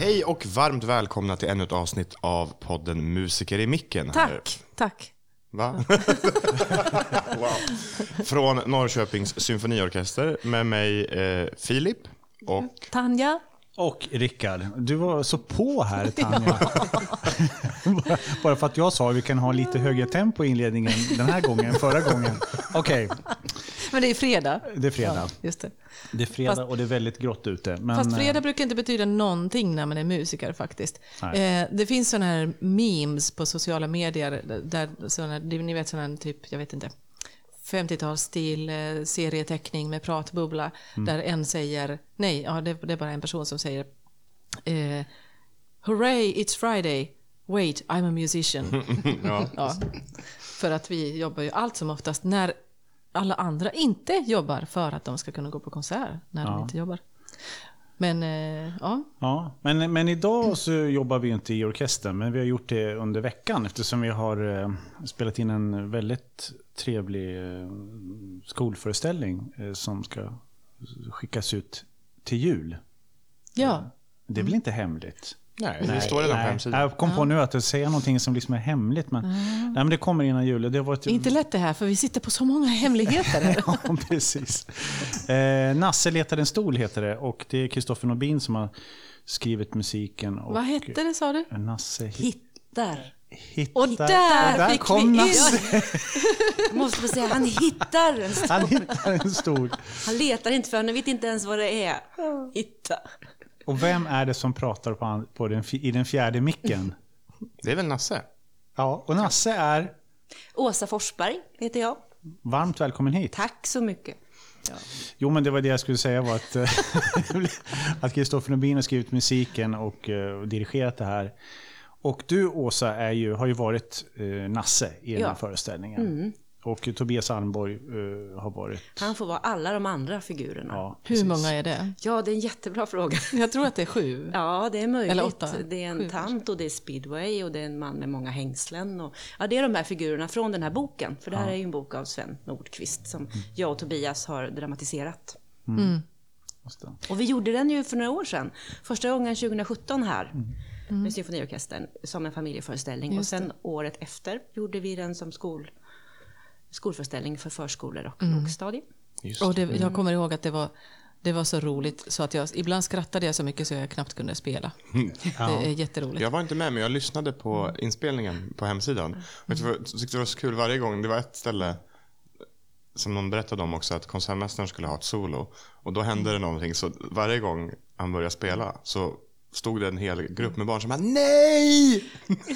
Hej och varmt välkomna till ännu ett avsnitt av podden Musiker i micken. Tack. Va? Wow. Från Norrköpings symfoniorkester med mig Filip och Tanja. Och Rickard, du var så på här, Tanja. Bara för att jag sa att vi kan ha lite högre tempo i inledningen den här gången än förra gången. Okej. Men det är fredag. Det är fredag. Ja, just det. Det är fredag och det är väldigt grått ute. Men, fast fredag brukar inte betyda någonting när man är musiker faktiskt. Det finns sådana här memes på sociala medier där såna, ni vet sådana typ, jag vet inte, 50-talsstil serieteckning med pratbubbla där en säger, det är bara en person som säger Hooray, it's Friday. Wait, I'm a musician. Ja. För att vi jobbar ju allt som oftast när alla andra inte jobbar för att de ska kunna gå på konsert när de inte jobbar. Men men idag så jobbar vi inte i orkestern, men vi har gjort det under veckan eftersom vi har spelat in en väldigt trevlig skolföreställning som ska skickas ut till jul. Ja. Det är väl inte hemligt? Nej, det står redan på hemsidan. Jag kom på nu att jag säger någonting som liksom är hemligt, men det kommer innan jul. Det är inte lätt det här, för vi sitter på så många hemligheter här. Ja, precis. Nasse letar en stol heter det, och det är Kristoffer Nobin som har skrivit musiken. Och vad hette det, sa du? Nasse hittar. Och där fick kom vi Nasse. Jag måste få säga, han hittar en stol. Han hittar en stol. Han letar inte för, han vet inte ens vad det är. Hittar. Och vem är det som pratar i den fjärde micken? Det är väl Nasse? Ja, och Nasse är... Åsa Forsberg heter jag. Varmt välkommen hit. Tack så mycket. Ja. Jo, men det var det jag skulle säga var att Kristoffer Nobin har skrivit musiken och dirigerat det här. Och du, Åsa, har ju varit Nasse i den här föreställningen. Och Tobias Arnborg har varit... Han får vara alla de andra figurerna. Ja, hur många är det? Ja, det är en jättebra fråga. Jag tror att det är 7. Ja, det är möjligt. Eller 8. Det är en tant och det är speedway och det är en man med många hängslen. Och, det är de här figurerna från den här boken. För det här är ju en bok av Sven Nordqvist som jag och Tobias har dramatiserat. Och vi gjorde den ju för några år sedan. Första gången 2017 här. Med symfoniorkestern som en familjeföreställning. Och sen året efter gjorde vi den som skolföreställning för förskolor och lågstadie. Och jag kommer ihåg att det var så roligt så att ibland skrattade jag så mycket så jag knappt kunde spela. Det är jätteroligt. Jag var inte med, men jag lyssnade på inspelningen på hemsidan. Jag tyckte det var så kul varje gång. Det var ett ställe som någon berättade om också, att konsertmästaren skulle ha ett solo. Och då hände det någonting, så varje gång han började spela så stod det en hel grupp med barn som bara nej!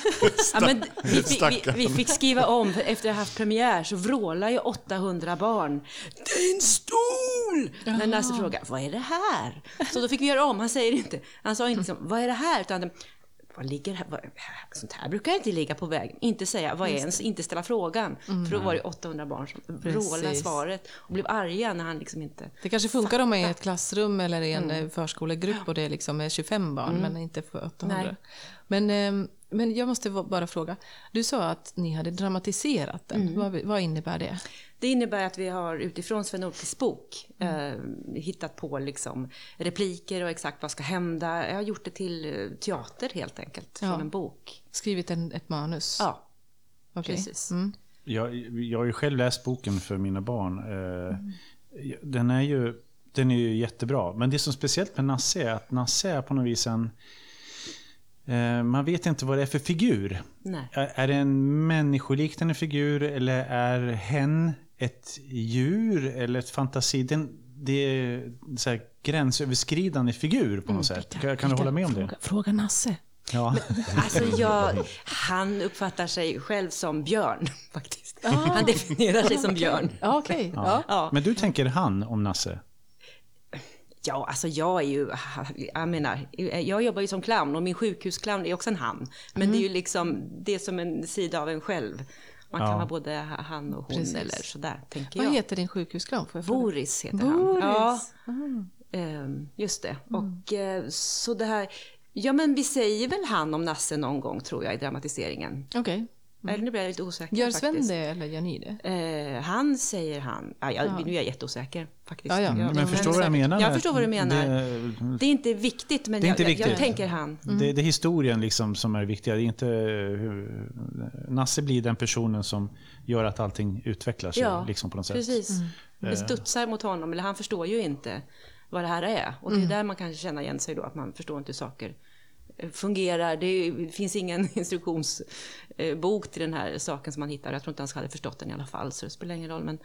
Vi fick skriva om, för efter att ha haft premiär så vrålar ju 800 barn. Det är en stol! När Nasse frågar, vad är det här? Så då fick vi göra om, han sa inte liksom, vad är det här? Utan vad ligger här? Sånt här brukar inte ligga på vägen. Inte säga, vad är ens? Inte ställa frågan. För då var det 800 barn som vrålade svaret och blev arga när han liksom inte... Det kanske funkar om man är i ett klassrum eller i en förskolegrupp och det liksom är 25 barn, men inte för 800. Men jag måste bara fråga. Du sa att ni hade dramatiserat den. Vad innebär det? Det innebär att vi har utifrån Sven Nordqvists bok hittat på liksom repliker och exakt vad ska hända. Jag har gjort det till teater helt enkelt, från en bok. Skrivit ett manus? Ja, okay. Precis. Jag har ju själv läst boken för mina barn. Den är ju jättebra. Men det som är speciellt med Nasse är att Nasse är på något vis man vet inte vad det är för figur. Nej. Är det en människoliknande figur eller är hen ett djur eller ett fantasi? Det är så här gränsöverskridande figur på något sätt. Kan du hålla med om det? Fråga Nasse. Ja. Alltså han uppfattar sig själv som björn faktiskt. Han definierar sig som björn. Okay. Ja. Men du tänker han om Nasse? Ja, alltså jag jobbar ju som clown och min sjukhusclown är också en han. Men det är ju liksom, det är som en sida av en själv. Man kan vara både han och hon. Precis. Eller sådär, tänker jag. Vad heter din sjukhusclown? Boris heter han. Ja, just det. Och så det här... Ja, men vi säger väl han om Nasse någon gång, tror jag, i dramatiseringen. Okej. Eller nu blir jag lite osäker. Gör Sven faktiskt. det eller gör ni det? Han säger han. Nu är jag jätteosäker faktiskt. Ja. Men förstår vad jag menar? Jag förstår vad du menar. Det är inte viktigt, men jag tänker han. Det är historien liksom som är viktiga. Det är inte Nasse blir den personen som gör att allting utvecklar sig liksom på något sätt. Precis. Det studsar mot honom, eller han förstår ju inte vad det här är. Och det är där man kan känna igen sig då, att man förstår inte hur saker fungerar. Det finns ingen instruktionsbok till den här saken som man hittar. Jag tror inte han hade förstått den i alla fall, så det spelar ingen roll.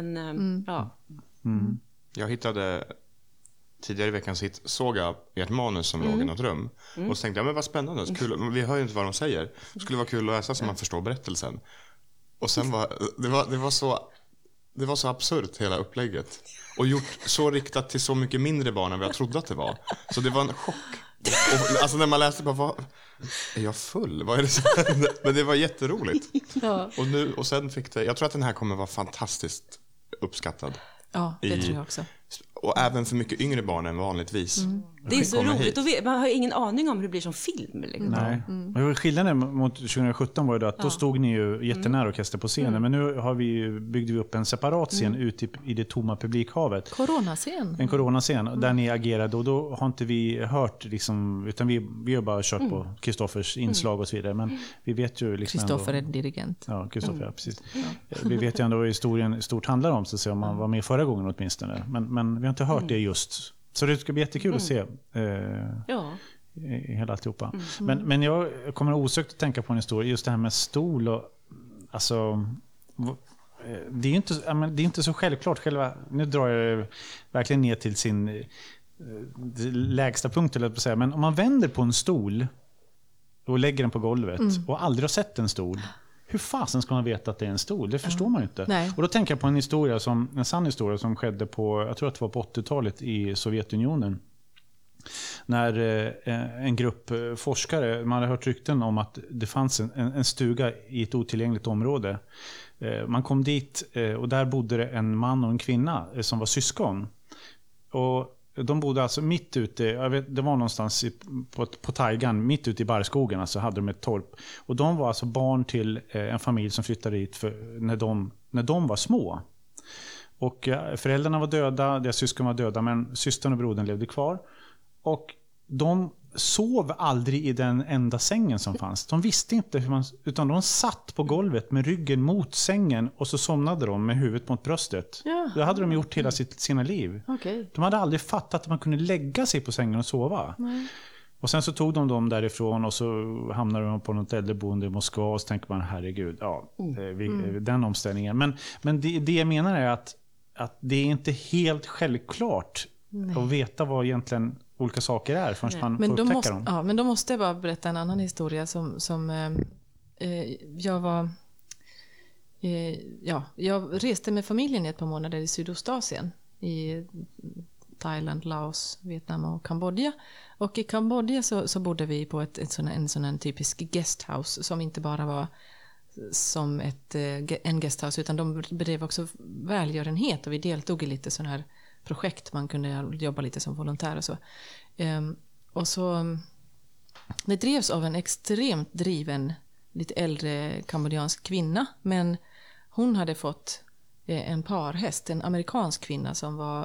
Jag hittade tidigare i veckan såg jag ert manus som låg i något rum. Och så tänkte jag, men vad spännande, så kul. Vi hör ju inte vad de säger. Det skulle vara kul att läsa så man förstår berättelsen. Och sen det var så absurt hela upplägget. Och gjort så riktat till så mycket mindre barn än vad jag trodde att det var. Så det var en chock. Och, alltså när man läste bara, är jag full? Vad är det som händer? Men det var jätteroligt. Ja. Och sen fick det, jag tror att den här kommer vara fantastiskt uppskattad. Ja, det tror jag också. Och även för mycket yngre barn än vanligtvis. Det är så roligt. Och man har ju ingen aning om hur det blir som film. Liksom. Nej. Men skillnaden mot 2017 var ju då att då stod ni ju jättenära orkester på scenen. Men nu byggde vi upp en separat scen ute i det tomma publikhavet. Coronascen. En coronascen där ni agerade, och då har inte vi hört liksom, utan vi har bara kört på Kristoffers inslag och så vidare. Men vi vet ju liksom Kristoffer är dirigent. Ja, Kristoffer, ja, precis. Vi vet ju ändå vad historien stort handlar om, så att säga, om man var med förra gången åtminstone. Men vi har inte hört det just. Så det ska bli jättekul att se hela alltihopa. Men jag kommer osökt att tänka på en historia, just det här med stol och alltså, det är inte så självklart själva. Nu drar jag verkligen ner till sin lägsta punkt, eller på att säga. Men om man vänder på en stol och lägger den på golvet och aldrig har sett en stol, hur fasen ska man veta att det är en stol? Det förstår man ju inte. Nej. Och då tänker jag på en sann historia som skedde på, jag tror att det var på 80-talet i Sovjetunionen. När en grupp forskare, man hade hört rykten om att det fanns en stuga i ett otillgängligt område. Man kom dit och där bodde det en man och en kvinna som var syskon. Och de bodde alltså mitt ute, det var någonstans på Taigan, mitt ute i barrskogen, alltså hade de ett torp. Och de var alltså barn till en familj som flyttade dit när de var små. Och föräldrarna var döda, deras syskon var döda, men systern och brodern levde kvar. Och de sov aldrig i den enda sängen som fanns. De visste inte utan de satt på golvet med ryggen mot sängen och så somnade de med huvudet mot bröstet. Ja. Det hade de gjort hela sina liv. Okay. De hade aldrig fattat att man kunde lägga sig på sängen och sova. Nej. Och sen så tog de dem därifrån och så hamnade de på något äldreboende i Moskva, och så tänker man, herregud, den omställningen. Men det jag menar är att det är inte helt självklart att veta vad egentligen olika saker är förrän man får upptäcka dem. Ja, men då måste jag bara berätta en annan historia som jag var... jag reste med familjen i ett par månader i Sydostasien, i Thailand, Laos, Vietnam och Kambodja. Och i Kambodja så bodde vi på en sån typisk guesthouse som inte bara var som en guesthouse, utan de bedrev också välgörenhet, och vi deltog i lite sån här projekt, man kunde jobba lite som volontär och så. Och så det drevs av en extremt driven, lite äldre kambodjansk kvinna, men hon hade fått en parhäst, en amerikansk kvinna som var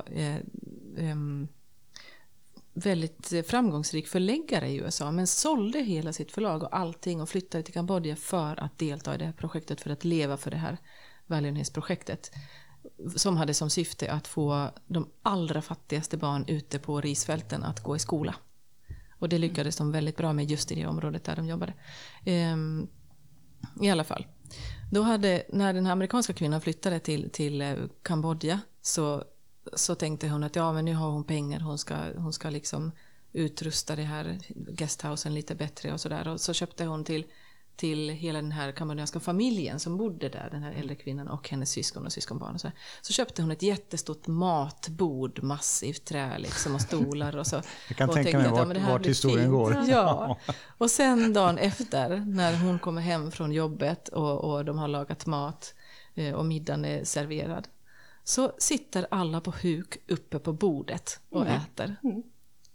väldigt framgångsrik förläggare i USA, men sålde hela sitt förlag och allting och flyttade till Kambodja för att delta i det här projektet, för att leva för det här välgörenhetsprojektet, som hade som syfte att få de allra fattigaste barn ute på risfälten att gå i skola. Och det lyckades de väldigt bra med just i det området där de jobbade. I alla fall. När den här amerikanska kvinnan flyttade till Kambodja så tänkte hon att men nu har hon pengar, hon ska liksom utrusta det här guesthousen lite bättre och sådär. Och så köpte hon till hela den här kambodjanska familjen som bodde där, den här äldre kvinnan och hennes syskon och syskonbarn och så köpte hon ett jättestort matbord, massivt trä liksom, och stolar och så. Jag kan tänka mig vart historien går. Ja. Och sen dagen efter, när hon kommer hem från jobbet och de har lagat mat och middagen är serverad, så sitter alla på huk uppe på bordet och äter.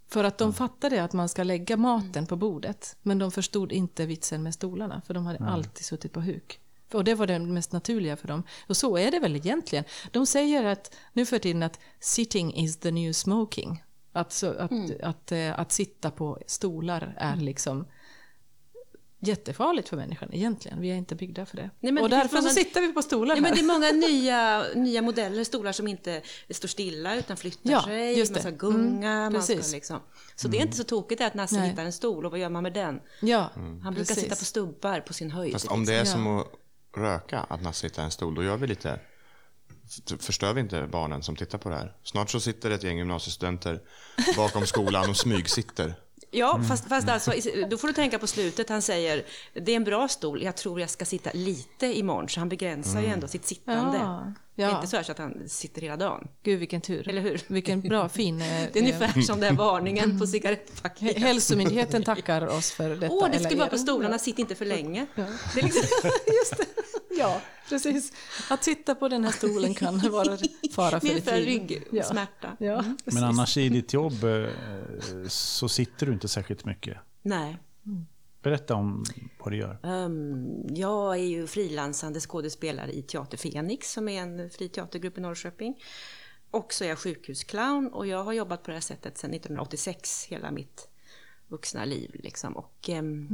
För att de fattade att man ska lägga maten på bordet. Men de förstod inte vitsen med stolarna. För de hade alltid suttit på huk. Och det var det mest naturliga för dem. Och så är det väl egentligen. De säger att nu för tiden att sitting is the new smoking. Att sitta på stolar är liksom jättefarligt för människan egentligen. Vi är inte byggda för det. Nej, och därför så sitter vi på stolar här. Men det är många nya modeller, stolar som inte står stilla utan flyttar sig. Just man ska gunga. Man ska precis. liksom. Så det är inte så tokigt att Nasse hittar en stol och vad gör man med den? Ja, Han brukar sitta på stubbar på sin höjd. Fast om det är som att röka, att Nasse hittar en stol, då gör vi lite... Förstör vi inte barnen som tittar på det här? Snart så sitter ett gäng gymnasiestudenter bakom skolan och smygsitter. Ja, fast alltså, då får du tänka på slutet. Han säger, det är en bra stol, jag tror jag ska sitta lite imorgon. Så han begränsar ju ändå sitt sittande. Ja. Det är inte så att han sitter hela dagen. Gud, vilken tur. Eller hur? Vilken bra, fin... Det är ungefär som den varningen på cigarettpaket. Hälsomyndigheten tackar oss för detta. Det skulle vara på stolarna, sitt inte för länge. Ja. Det är liksom... Just det. Ja, precis. Att sitta på den här stolen kan vara fara för ditt liv. Ryggsmärta. Ja, Men annars i ditt jobb så sitter du inte särskilt mycket. Nej. Berätta om vad du gör. Jag är ju frilansande skådespelare i Teater Fenix som är en fri teatergrupp i Norrköping. Och så är jag sjukhusclown och jag har jobbat på det här sättet sedan 1986, hela mitt vuxna liv. Liksom. Och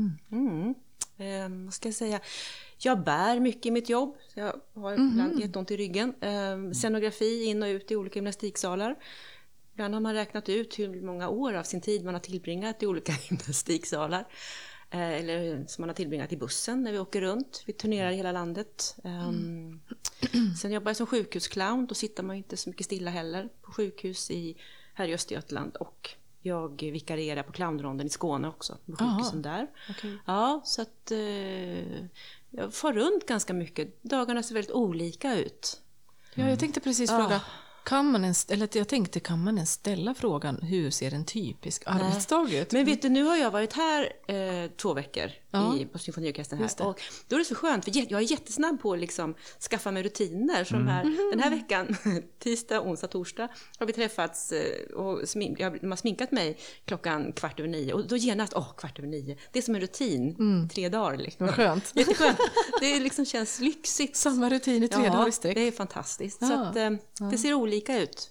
vad ska jag säga? Jag bär mycket i mitt jobb. Jag har ibland jätteont i ryggen. Scenografi in och ut i olika gymnastiksalar. Ibland har man räknat ut hur många år av sin tid man har tillbringat i olika gymnastiksalar. Eller som man har tillbringat i bussen när vi åker runt. Vi turnerar i hela landet. Sen jobbar jag som sjukhusclown. Då sitter man inte så mycket stilla heller på sjukhus här i Östergötland. Och jag vikarierar på clownronden i Skåne också. På sjukhusen där. Okay. Ja, så att jag får runt ganska mycket. Dagarna ser väldigt olika ut. Ja, jag tänkte precis fråga. Kan man ens ställa frågan hur ser en typisk arbetsdag ut? Men vet du, nu har jag varit här 2 veckor på symfoniorkestern här. Och då är det så skönt, för jag är jättesnabb på att liksom skaffa mig rutiner. Så den här veckan, tisdag, onsdag, torsdag, har vi träffats och de har sminkat mig 9:15. Och då genast, 9:15. Det är som en rutin, 3 dagar. Liksom. Vad skönt. Jätteskönt. Det liksom känns lyxigt. Samma rutin i 3 dagar i sträck. Det är fantastiskt. Så att, det ser olika ut.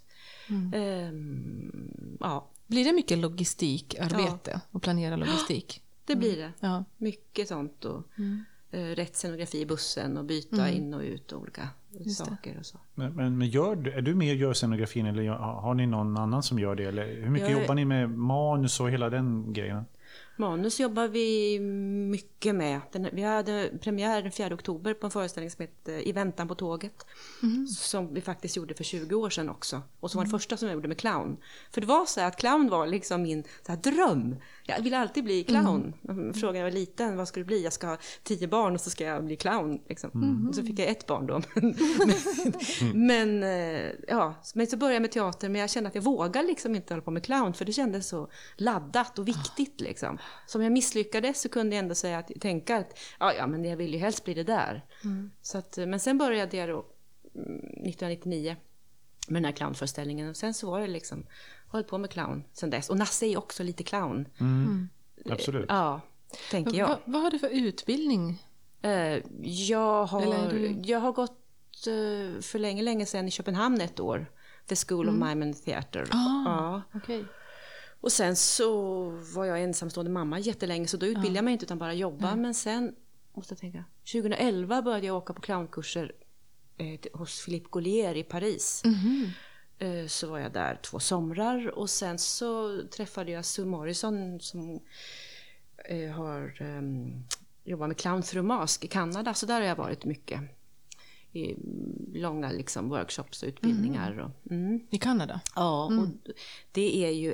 Blir det mycket logistikarbete och planera logistik? Det blir det. Ja. Mycket sånt och rätt scenografi i bussen och byta in och ut och olika saker och så. Men är du med och gör scenografin eller har ni någon annan som gör det? Eller hur mycket jobbar ni med manus och hela den grejen? Manus jobbar vi mycket med. Vi hade premiär den 4 oktober på en föreställning som heter I väntan på tåget. Som vi faktiskt gjorde för 20 år sedan också. Och som var det första som jag gjorde med clown. För det var så att clown var liksom min så här dröm. Jag ville alltid bli clown. Frågan när jag var liten, vad ska du bli? Jag ska ha 10 barn och så ska jag bli clown. Liksom. Och så fick jag 1 barn då. Men så började jag med teater. Men jag kände att jag vågar liksom inte hålla på med clown. För det kändes så laddat och viktigt liksom. Så om jag misslyckades så kunde jag ändå tänka att men jag vill ju helst bli det där. Så att, men sen började jag då 1999 med den här clownföreställningen. Och sen så var det liksom, hållit på med clown sen dess. Och Nasse är ju också lite clown. Absolut. Ja, tänker jag. Vad har du för utbildning? Jag har gått för länge sedan i Köpenhamn 1 år. The School of Mime and Theater. Okay. Och sen så var jag ensamstående mamma jättelänge, så då utbildade jag mig inte utan bara jobba. Men sen, måste jag tänka, 2011 började jag åka på clownkurser hos Philippe Gaulier i Paris. Så var jag där 2 somrar och sen så träffade jag Sue Morrison som har jobbat med clown through mask i Kanada. Så där har jag varit mycket. I långa liksom workshops och utbildningar. I Kanada? Ja, och det är ju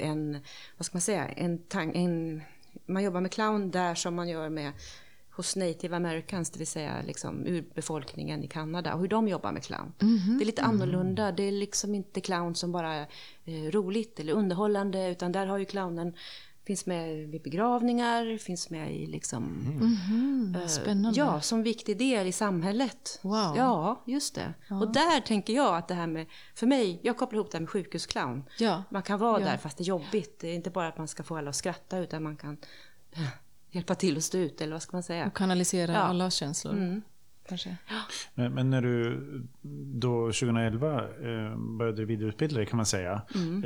man jobbar med clown där som man gör med hos Native Americans, det vill säga liksom urbefolkningen i Kanada, och hur de jobbar med clown. Det är lite annorlunda, det är liksom inte clown som bara är roligt eller underhållande, utan där har ju clownen Finns med vid begravningar, finns med i Spännande. ja, som viktig del i samhället. Wow. Ja, just det. Och där tänker jag att det här med, för mig, jag kopplar ihop det här med sjukhusclown. Ja. Man kan vara där fast det är jobbigt. Det är inte bara att man ska få alla att skratta, utan man kan hjälpa till att stå ut, eller vad ska man säga? Och kanalisera alla känslor. Kanske. Men när du då 2011 började vidareutbilda dig, kan man säga.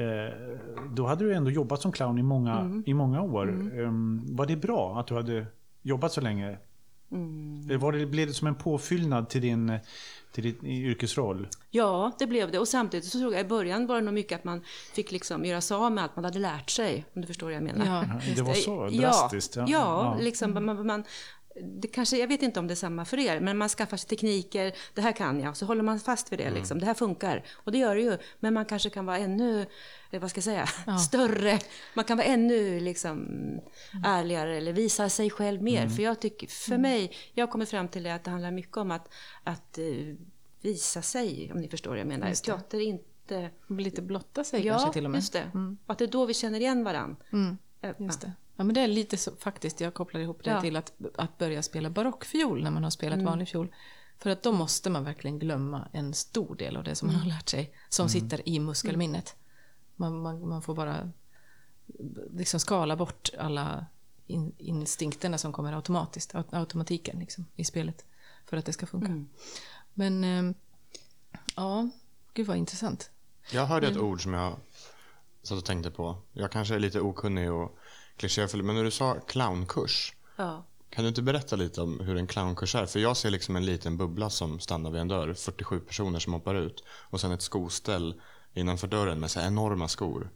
Då hade du ändå jobbat som clown i många år. Var det bra att du hade jobbat så länge? Blev det som en påfyllnad till din yrkesroll? Ja, det blev det. Och samtidigt så tror jag i början var det nog mycket att man fick liksom göra sig av med allt man hade lärt sig. Om du förstår vad jag menar. Ja, det var så drastiskt. Ja. Liksom man det kanske, jag vet inte om det är samma för er, men man skaffar sig tekniker, det här kan jag, så håller man fast vid det liksom, det här funkar, och det gör det ju, men man kanske kan vara ännu, vad ska jag säga, större, man kan vara ännu liksom ärligare, eller visa sig själv mer, för jag tycker, för mig, jag har kommit fram till det, att det handlar mycket om att visa sig, om ni förstår vad jag menar. Teater inte... Lite blotta sig kanske till och med. Just det. Och att det är då vi känner igen varann. Just det. Ja, men det är lite så, faktiskt, jag kopplar ihop det till att börja spela barockfiol när man har spelat vanlig fiol. För att då måste man verkligen glömma en stor del av det som man har lärt sig, som sitter i muskelminnet. Man får bara liksom skala bort alla instinkterna som kommer automatiskt, automatiken liksom, i spelet, för att det ska funka. Men ja, gud vad intressant. Jag hörde ett ord som jag satt och tänkte på. Jag kanske är lite okunnig och klichéfull, men när du sa clownkurs, kan du inte berätta lite om hur en clownkurs är? För jag ser liksom en liten bubbla som stannar vid en dörr, 47 personer som hoppar ut, och sen ett skoställ innanför dörren med så här enorma skor.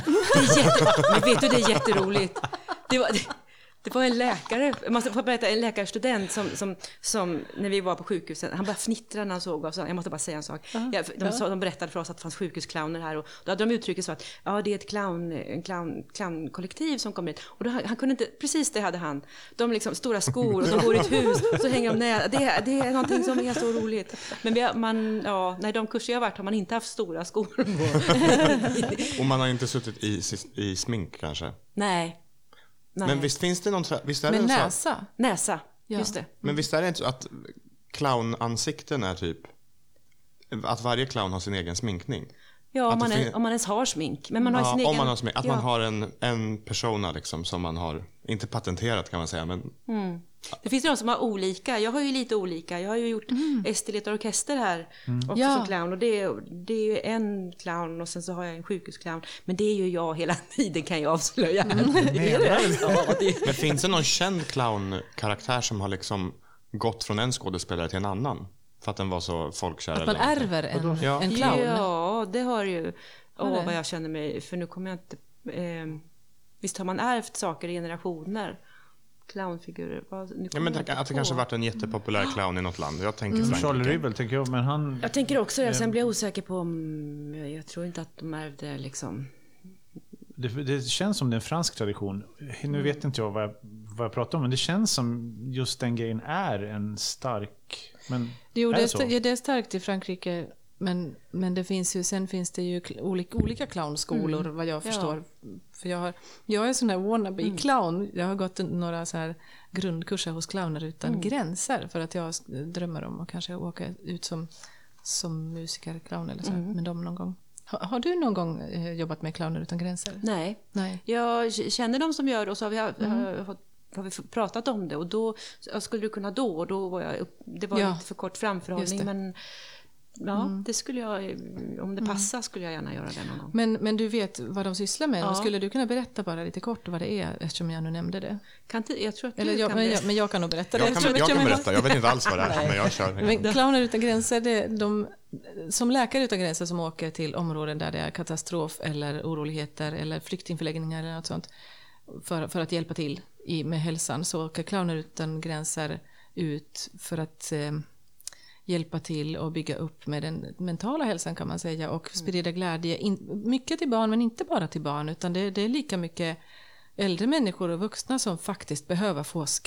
Men vet du, det är jätteroligt. Det var en läkare, man får berätta, en läkarstudent som när vi var på sjukhuset, han bara fnittrade när han såg oss. Jag måste bara säga en sak. De berättade för oss att det fanns sjukhusclowner här, och då hade de uttryckt så att det är ett clownkollektiv som kommer hit. Och då, han kunde inte, precis det hade han. De liksom stora skor, och de går i ett hus, så hänger de nära. Det är någonting som är så roligt. Men när de kurser jag har varit har man inte haft stora skor på. Och man har inte suttit i smink kanske? Nej. Men visst finns det någon... Visst är Men det näsa? Näsa, just det. Men visst är det inte så att clownansikten är typ... Att varje clown har sin egen sminkning? Ja, om man ens har smink. Men man har sin egen... om man har smink. Att man har en persona liksom, som man har... Inte patenterat kan man säga, men... Det finns ju de som har olika. Jag har ju lite olika. Jag har ju gjort Estiletar orkester här också som clown. Och det är ju en clown, och sen så har jag en sjukhusclown. Men det är ju jag hela tiden, kan jag avslöja. Men finns det någon känd clownkaraktär som har liksom gått från en skådespelare till en annan? För att den var så folkkär? Att man ärver en clown? Ja, det har ju... vad jag känner mig... För nu kommer jag inte... visst har man ärvt saker i generationer? Clownfigurer. Att det kanske varit en jättepopulär clown i något land. Jag tänker Charlie Rivel, tänker jag, men han... Jag tänker också det. Sen blir jag osäker på om... Jag tror inte att de ärvde liksom... Det känns som det är en fransk tradition. Nu vet inte jag vad jag pratar om, men det känns som just den grejen är en stark... Men det är starkt i Frankrike, men det finns ju, sen finns det ju olika clownskolor, vad jag förstår. För jag är sån här wannabe clown. Jag har gått några så här grundkurser hos Clowner utan gränser, för att jag drömmer om att kanske åka ut som musiker, clown eller så med dem någon gång. Har du någon gång jobbat med Clowner utan gränser? Nej. Jag känner dem som gör det, och så har vi pratat om det, och då skulle du kunna och då var jag det var lite för kort framförhållning, men det skulle jag, om det passar skulle jag gärna göra det någon gång. Men du vet vad de sysslar med, och skulle du kunna berätta bara lite kort vad det är, eftersom jag nu nämnde det? Jag tror att men jag kan nog berätta det. Jag kan berätta, jag vet inte alls vad det är, men jag kör. Men Clowner utan gränser, det är de som Läkare utan gränser som åker till områden där det är katastrof eller oroligheter eller flyktingförläggningar eller något sånt, för att hjälpa till med hälsan, så åker Clowner utan gränser ut för att hjälpa till och bygga upp med den mentala hälsan, kan man säga, och sprida glädje, mycket till barn, men inte bara till barn, utan det är lika mycket äldre människor och vuxna som faktiskt behöver få skratta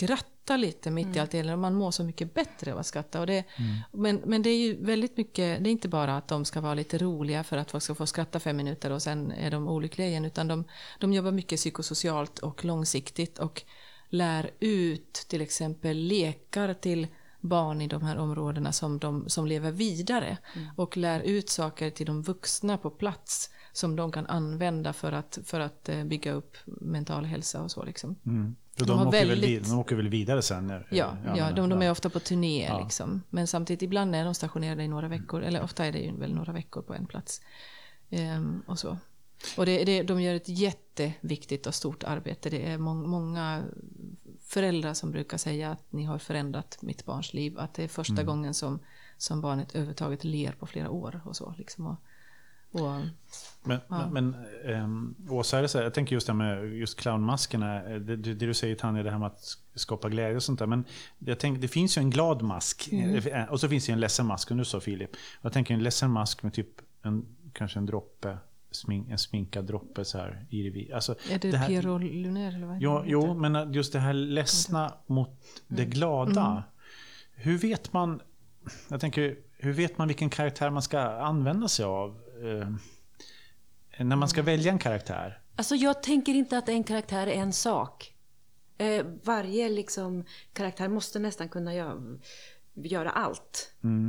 skratta lite mitt i allt det, och man mår så mycket bättre av att skratta. Och men det är ju väldigt mycket, det är inte bara att de ska vara lite roliga för att folk ska få skratta 5 minuter och sen är de olyckliga igen, utan de jobbar mycket psykosocialt och långsiktigt och lär ut till exempel lekar till barn i de här områdena som lever vidare, och lär ut saker till de vuxna på plats som de kan använda för att bygga upp mental hälsa och så liksom. Så de åker väl vidare sen? De är ofta på turné liksom. Men samtidigt ibland är de stationerade i några veckor, eller ofta är det ju väl några veckor på en plats. Och så. Och de gör ett jätteviktigt och stort arbete. Det är många föräldrar som brukar säga att ni har förändrat mitt barns liv. Att det är första gången som barnet överhuvudtaget ler på flera år och så liksom. Men Åsa, är det så här, jag tänker just det med just clownmaskerna, det du säger Tanja, det här med att skapa glädje och sånt där, men jag tänker, det finns ju en glad mask och så finns det en ledsen mask, och nu sa Filip, jag tänker en ledsen mask med typ kanske en droppe en sminkad droppe så här i det. Alltså, är det här, Pierrot Lunaire eller vad? Jo, men just det här ledsna mot det glada. Hur vet man, jag tänker, hur vet man vilken karaktär man ska använda sig av när man ska välja en karaktär? Alltså jag tänker inte att en karaktär är en sak. Varje liksom karaktär måste nästan kunna göra allt.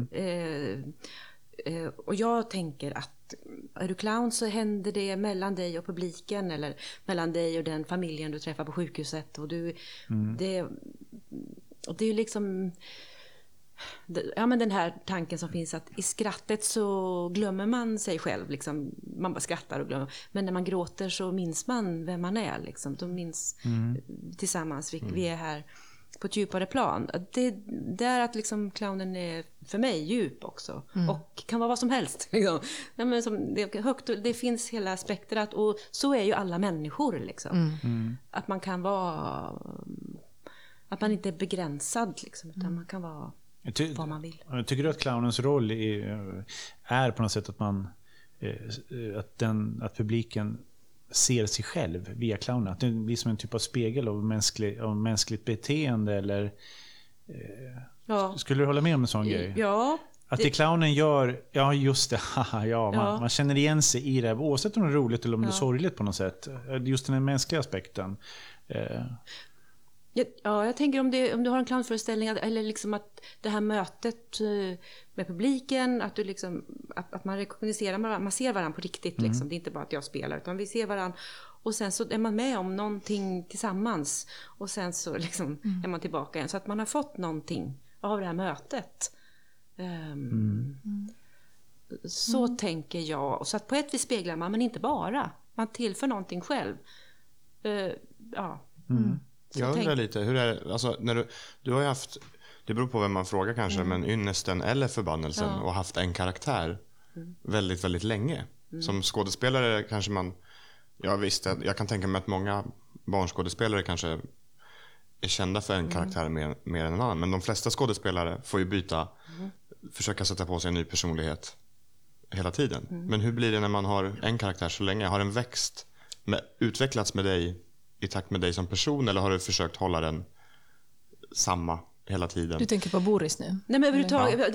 Och jag tänker att är du clown så händer det mellan dig och publiken, eller mellan dig och den familjen du träffar på sjukhuset, och det är ju liksom men den här tanken som finns att i skrattet så glömmer man sig själv liksom, man bara skrattar och glömmer, men när man gråter så minns man vem man är liksom, de minns tillsammans vi är här på ett djupare plan. Det är att liksom clownen är för mig djup också. Och kan vara vad som helst. Liksom. Ja, men det finns hela spektrat. Och så är ju alla människor. Liksom. Att man kan vara... Att man inte är begränsad. Liksom, utan man kan vara vad man vill. Tycker du att clownens roll är på något sätt att man... att publiken ser sig själv via clownen, att det blir som en typ av spegel av mänskligt beteende, eller skulle du hålla med om en sån grej? Ja. Att det clownen gör, just det, man känner igen sig i det, oavsett om det är roligt eller om det är sorgligt på något sätt, just den här mänskliga aspekten. Ja, jag tänker om du har en clownföreställning, eller liksom att det här mötet med publiken, att du liksom att man rekognoserar, man ser varandra på riktigt liksom. Det är inte bara att jag spelar, utan vi ser varandra, och sen så är man med om någonting tillsammans, och sen så liksom är man tillbaka igen, så att man har fått någonting av det här mötet. Så tänker jag, och så att på ett vis speglar man, men inte bara, man tillför någonting själv. Jag undrar lite, hur är det, alltså, när du har ju haft, det beror på vem man frågar kanske, men ynnesten eller förbannelsen, och haft en karaktär väldigt, väldigt länge. Som skådespelare kanske man, jag kan tänka mig att många barnskådespelare kanske är kända för en karaktär mer än en annan. Men de flesta skådespelare får ju försöka sätta på sig en ny personlighet hela tiden. Men hur blir det när man har en karaktär så länge? Har den utvecklats med dig i takt med dig som person, eller har du försökt hålla den samma hela tiden? Du tänker på Boris nu? Nej, men överhuvudtaget,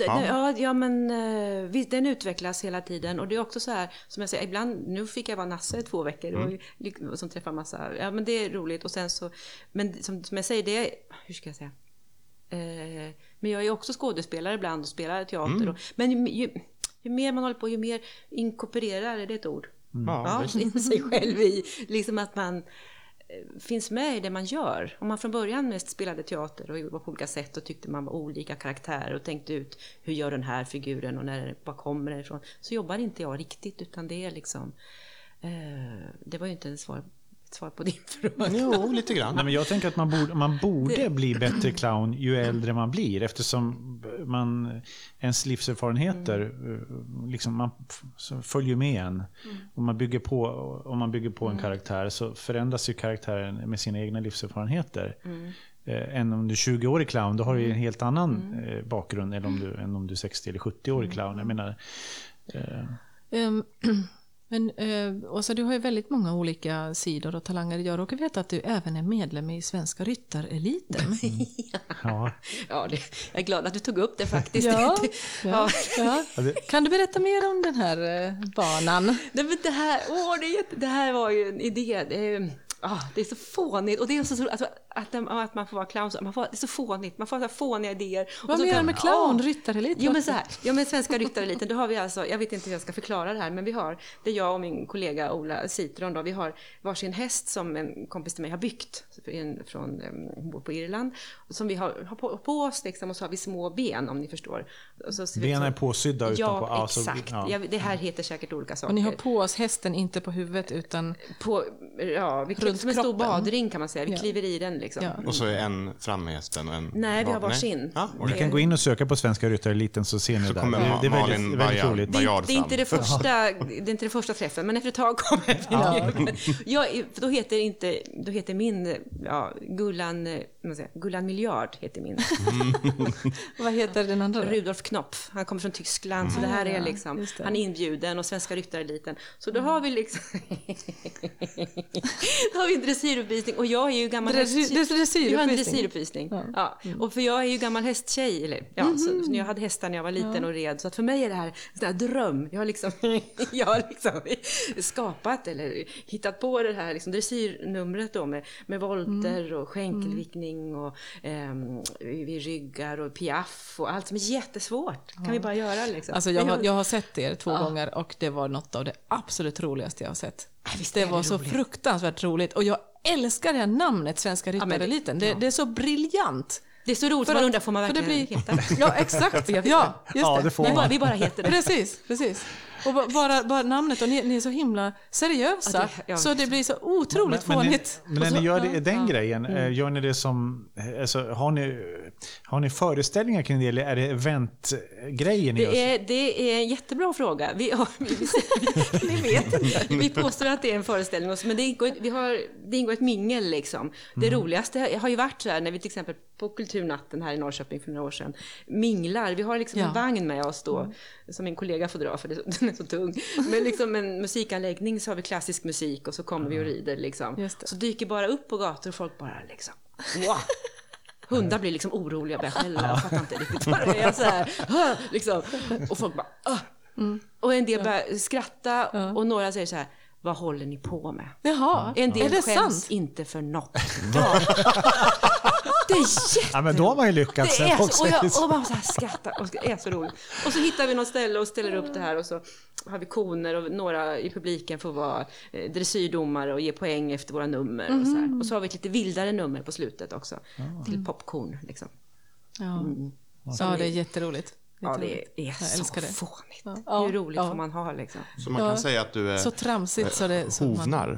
den utvecklas hela tiden, och det är också så här, som jag säger, ibland, nu fick jag vara Nasse i 2 veckor och som träffar massa, men det är roligt, och sen så, men som jag säger, det är, hur ska jag säga, men jag är också skådespelare ibland och spelar teater, men ju mer man håller på, ju mer inkorporerar, är det ett ord? Sig själv i, liksom att man finns med i det man gör. Om man från början mest spelade teater och var på olika sätt och tyckte man var olika karaktärer och tänkte ut hur gör den här figuren och var kommer den ifrån, så jobbar inte jag riktigt, utan det är liksom det var ju inte ett svar på din fråga. Jo, lite grann. Nej, men jag tänker att man borde bli bättre clown ju äldre man blir, eftersom ens livserfarenheter liksom man följer med en. Om man bygger på en karaktär, så förändras ju karaktären med sina egna livserfarenheter. Än om du är 20-årig clown, då har du en helt annan bakgrund än om du är 60 eller 70-årig clown. Jag menar Men Åsa, du har ju väldigt många olika sidor och talanger. Jag råkar veta att du även är medlem i Svenska ryttareliten. Ja. Ja, jag är glad att du tog upp det faktiskt. Ja. Kan du berätta mer om den här banan? Det här var ju en idé. Det är så fånigt och det är så alltså, att man får vara clown. Det är så fånigt, man får så fåniga idéer. Vad menar du med clown, ryttarelit? Jo men så här, men Svenska ryttareliten, då har vi alltså, jag vet inte hur jag ska förklara det här, men vi har, det är jag och min kollega Ola Citron då, vi har varsin häst som en kompis till mig har byggt från hon bor på Irland, som vi har på oss liksom, och så har vi små ben, om ni förstår. Benen är påsydda utanpå. Ja, exakt. Ja. Det här heter säkert olika saker. Och ni har på oss hästen inte på huvudet utan på, vi som en stor badring kan man säga. Vi kliver i den liksom. Ja. Och så är en fram med hästen och en... Nej, vi har varsin. Ja, Ni kan gå in och söka på Svenska ryttareliten så ser ni så där. kommer Det är Malin väldigt roligt. Det är inte det första träffen, men efter ett tag kommer då heter min Gullan Miljard heter min. vad heter den andra? Rudolf Knopf. Han kommer från Tyskland, så det här är liksom, han är inbjuden och Svenska ryttareliten. Så då har vi liksom då har vi en dressyruppvisning och jag är ju gammal dressyruppvisning. Jag har en dressyruppvisning. Ja. Och för jag är ju gammal hästtjej så jag hade hästar när jag var liten och red, så att för mig är det här en sån här dröm. Jag har liksom skapat eller hittat på det här liksom dressyrnumret då med volter och skänkelvickning och vid ryggar och piaff och allt som är jättesvårt. Kan vi bara göra liksom. Alltså jag har sett er 2 gånger och det var något av det absolut roligaste jag har sett. Det var så fruktansvärt roligt och jag älskar det här namnet Svenska ryttareliten. Det är så briljant. Det är så roligt, man undrar, får man verkligen heta det? Ja, exakt. Ja, just det får man. Vi bara heter det. Precis. Och bara namnet, och ni är så himla seriösa, så det blir så otroligt fånigt. Men när ni gör den grejen, gör ni det som, alltså, har ni föreställningar kring det, eller är det eventgrejer ni gör? Det är en jättebra fråga. Vi vet, vi påstår att det är en föreställning, men det ingår ett mingel liksom. Det roligaste har ju varit så här, när vi till exempel på Kulturnatten här i Norrköping för några år sedan minglar. Vi har liksom en vagn med oss då, som min kollega får dra för den är så tung. Men liksom en musikanläggning, så har vi klassisk musik och så kommer vi och rider liksom. Så dyker bara upp på gator och folk bara liksom, wow! Hundar blir liksom oroliga, börjar skälla. Jag fattar inte riktigt vad det är så här. Liksom. Och folk bara och en del börjar skratta och några säger så här: vad håller ni på med? Jaha, en del är det skäms sant? Inte för något. Det är Ja, men då har man ju lyckats. Det är så, och man så här skrattar och det är så roligt. Och så hittar vi något ställe och ställer upp det här, och så har vi koner och några i publiken får vara dressyrdomare och ge poäng efter våra nummer och så här. Och så har vi ett lite vildare nummer på slutet också till popcorn liksom. Ja, det är jätteroligt. Ja, det är så fånigt. Hur roligt får man ha liksom. Så man kan säga att du är så tramsigt så det så hovnar.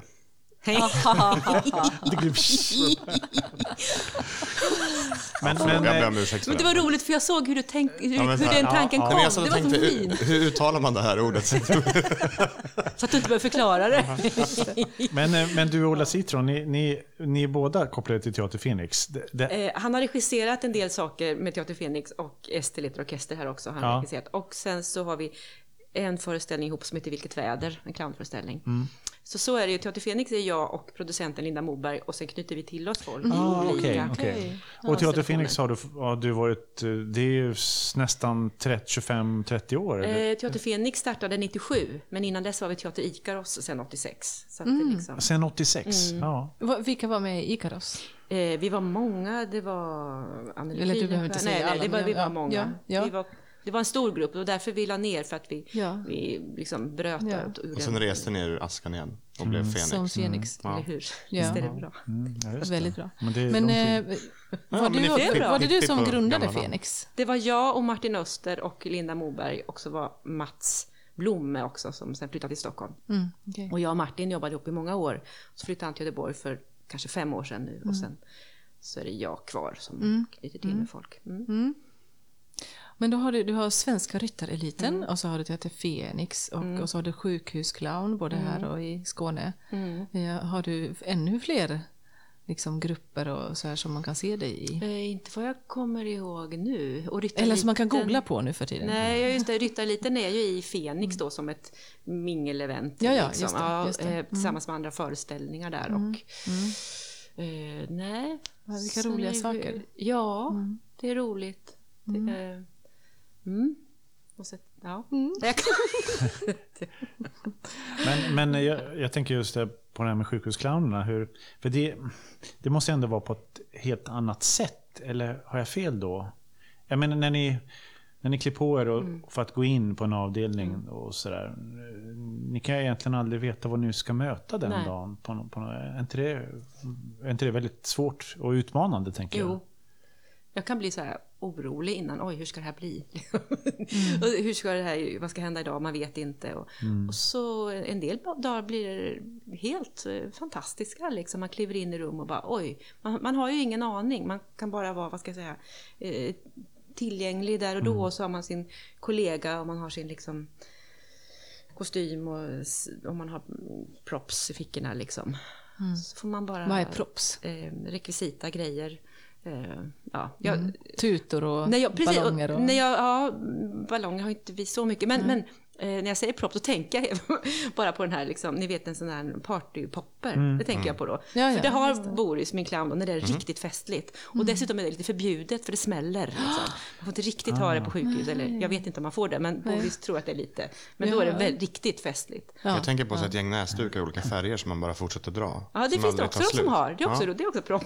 Men det var roligt, för jag såg hur du tänkte, hur den tanken kom. Men jag det var tänkte, så fint. hur uttalar man det här ordet? Så att du inte behöver förklara det. Men du och Ola Citron, ni är båda kopplade till Teater Fenix. Han har regisserat en del saker med Teater Fenix och Estelit orkester här också. Han har regisserat. Och sen så har vi en föreställning ihop som heter Vilket väder, en clownföreställning. Så är det ju. Teater Fenix är jag och producenten Linda Moberg, och sen knyter vi till oss folk. Okay. Och Teater Fenix har du varit, det är ju nästan 25-30 år. Teater Fenix startade 97, men innan dess var vi Teater Ikaros sen 86. Så att det liksom... Sen 86, ja. Vilka var med i Ikaros? Vi var många, det var Anneli. Eller du behöver inte säga alla. Vi var många. Det var en stor grupp, och därför vi la ner, för att vi liksom bröt ut. Och sen reste ner ur askan igen och blev Fenix. Som Fenix. Eller hur? Visst är det bra. Väldigt bra. Men var det du som grundade Fenix? Det var jag och Martin Öster och Linda Moberg, och så var Mats Blomme också, som sen flyttade till Stockholm. Okay. Och jag och Martin jobbade ihop i många år. Så flyttade han till Göteborg för kanske 5 år sedan nu. Och sen så är det jag kvar som knyter till med folk. Men då har du har Svenska ryttareliten, och så har du Teater Fenix, och så har du Sjukhusclown både här och i Skåne. Har du ännu fler liksom grupper och så här som man kan se dig i? Inte vad jag kommer ihåg nu. Och Eller som man kan googla på nu för tiden? Nej, just det. Ryttareliten är ju i Fenix då som ett mingelevent. Ja, liksom. just det. Tillsammans med andra föreställningar där. Och, nej. Vilka roliga saker. Ja, det är roligt. Och så, ja. Men jag tänker just det, på det här med sjukhusclownerna. För det måste ändå vara på ett helt annat sätt. Eller har jag fel då? Jag menar när ni klär på er för att gå in på en avdelning och sådär. Ni kan ju egentligen aldrig veta vad ni ska möta den dagen. Är inte det väldigt svårt och utmanande, tänker jag? Jo. Jag kan bli så här orolig innan. Oj, hur ska det här bli? Och hur ska det här, vad ska hända idag? Man vet inte. Och så en del dagar blir det helt fantastiska. Liksom. Man kliver in i rum och bara oj. Man har ju ingen aning. Man kan bara vara, vad ska jag säga, tillgänglig där och då. Och så har man sin kollega och man har sin liksom kostym och man har props i fickorna liksom. Så får man bara... Vad är props? Rekvisita, grejer. Tutor och ballonger. Ballonger har inte vi så mycket. Men när jag säger props så tänker jag bara på den här, liksom, ni vet en sån här partypopper. Det tänker jag på då. För det har Boris, min clown, när det är riktigt festligt. Och dessutom är det lite förbjudet för det smäller. Liksom. Man får inte riktigt ha det på sjukhus. Eller, jag vet inte om man får det, men Boris tror att det är lite. Men då är det väl riktigt festligt. Jag tänker på så ett gäng näsdukar i olika färger som man bara fortsätter dra. Ja, det finns det också de som har. Det är också props.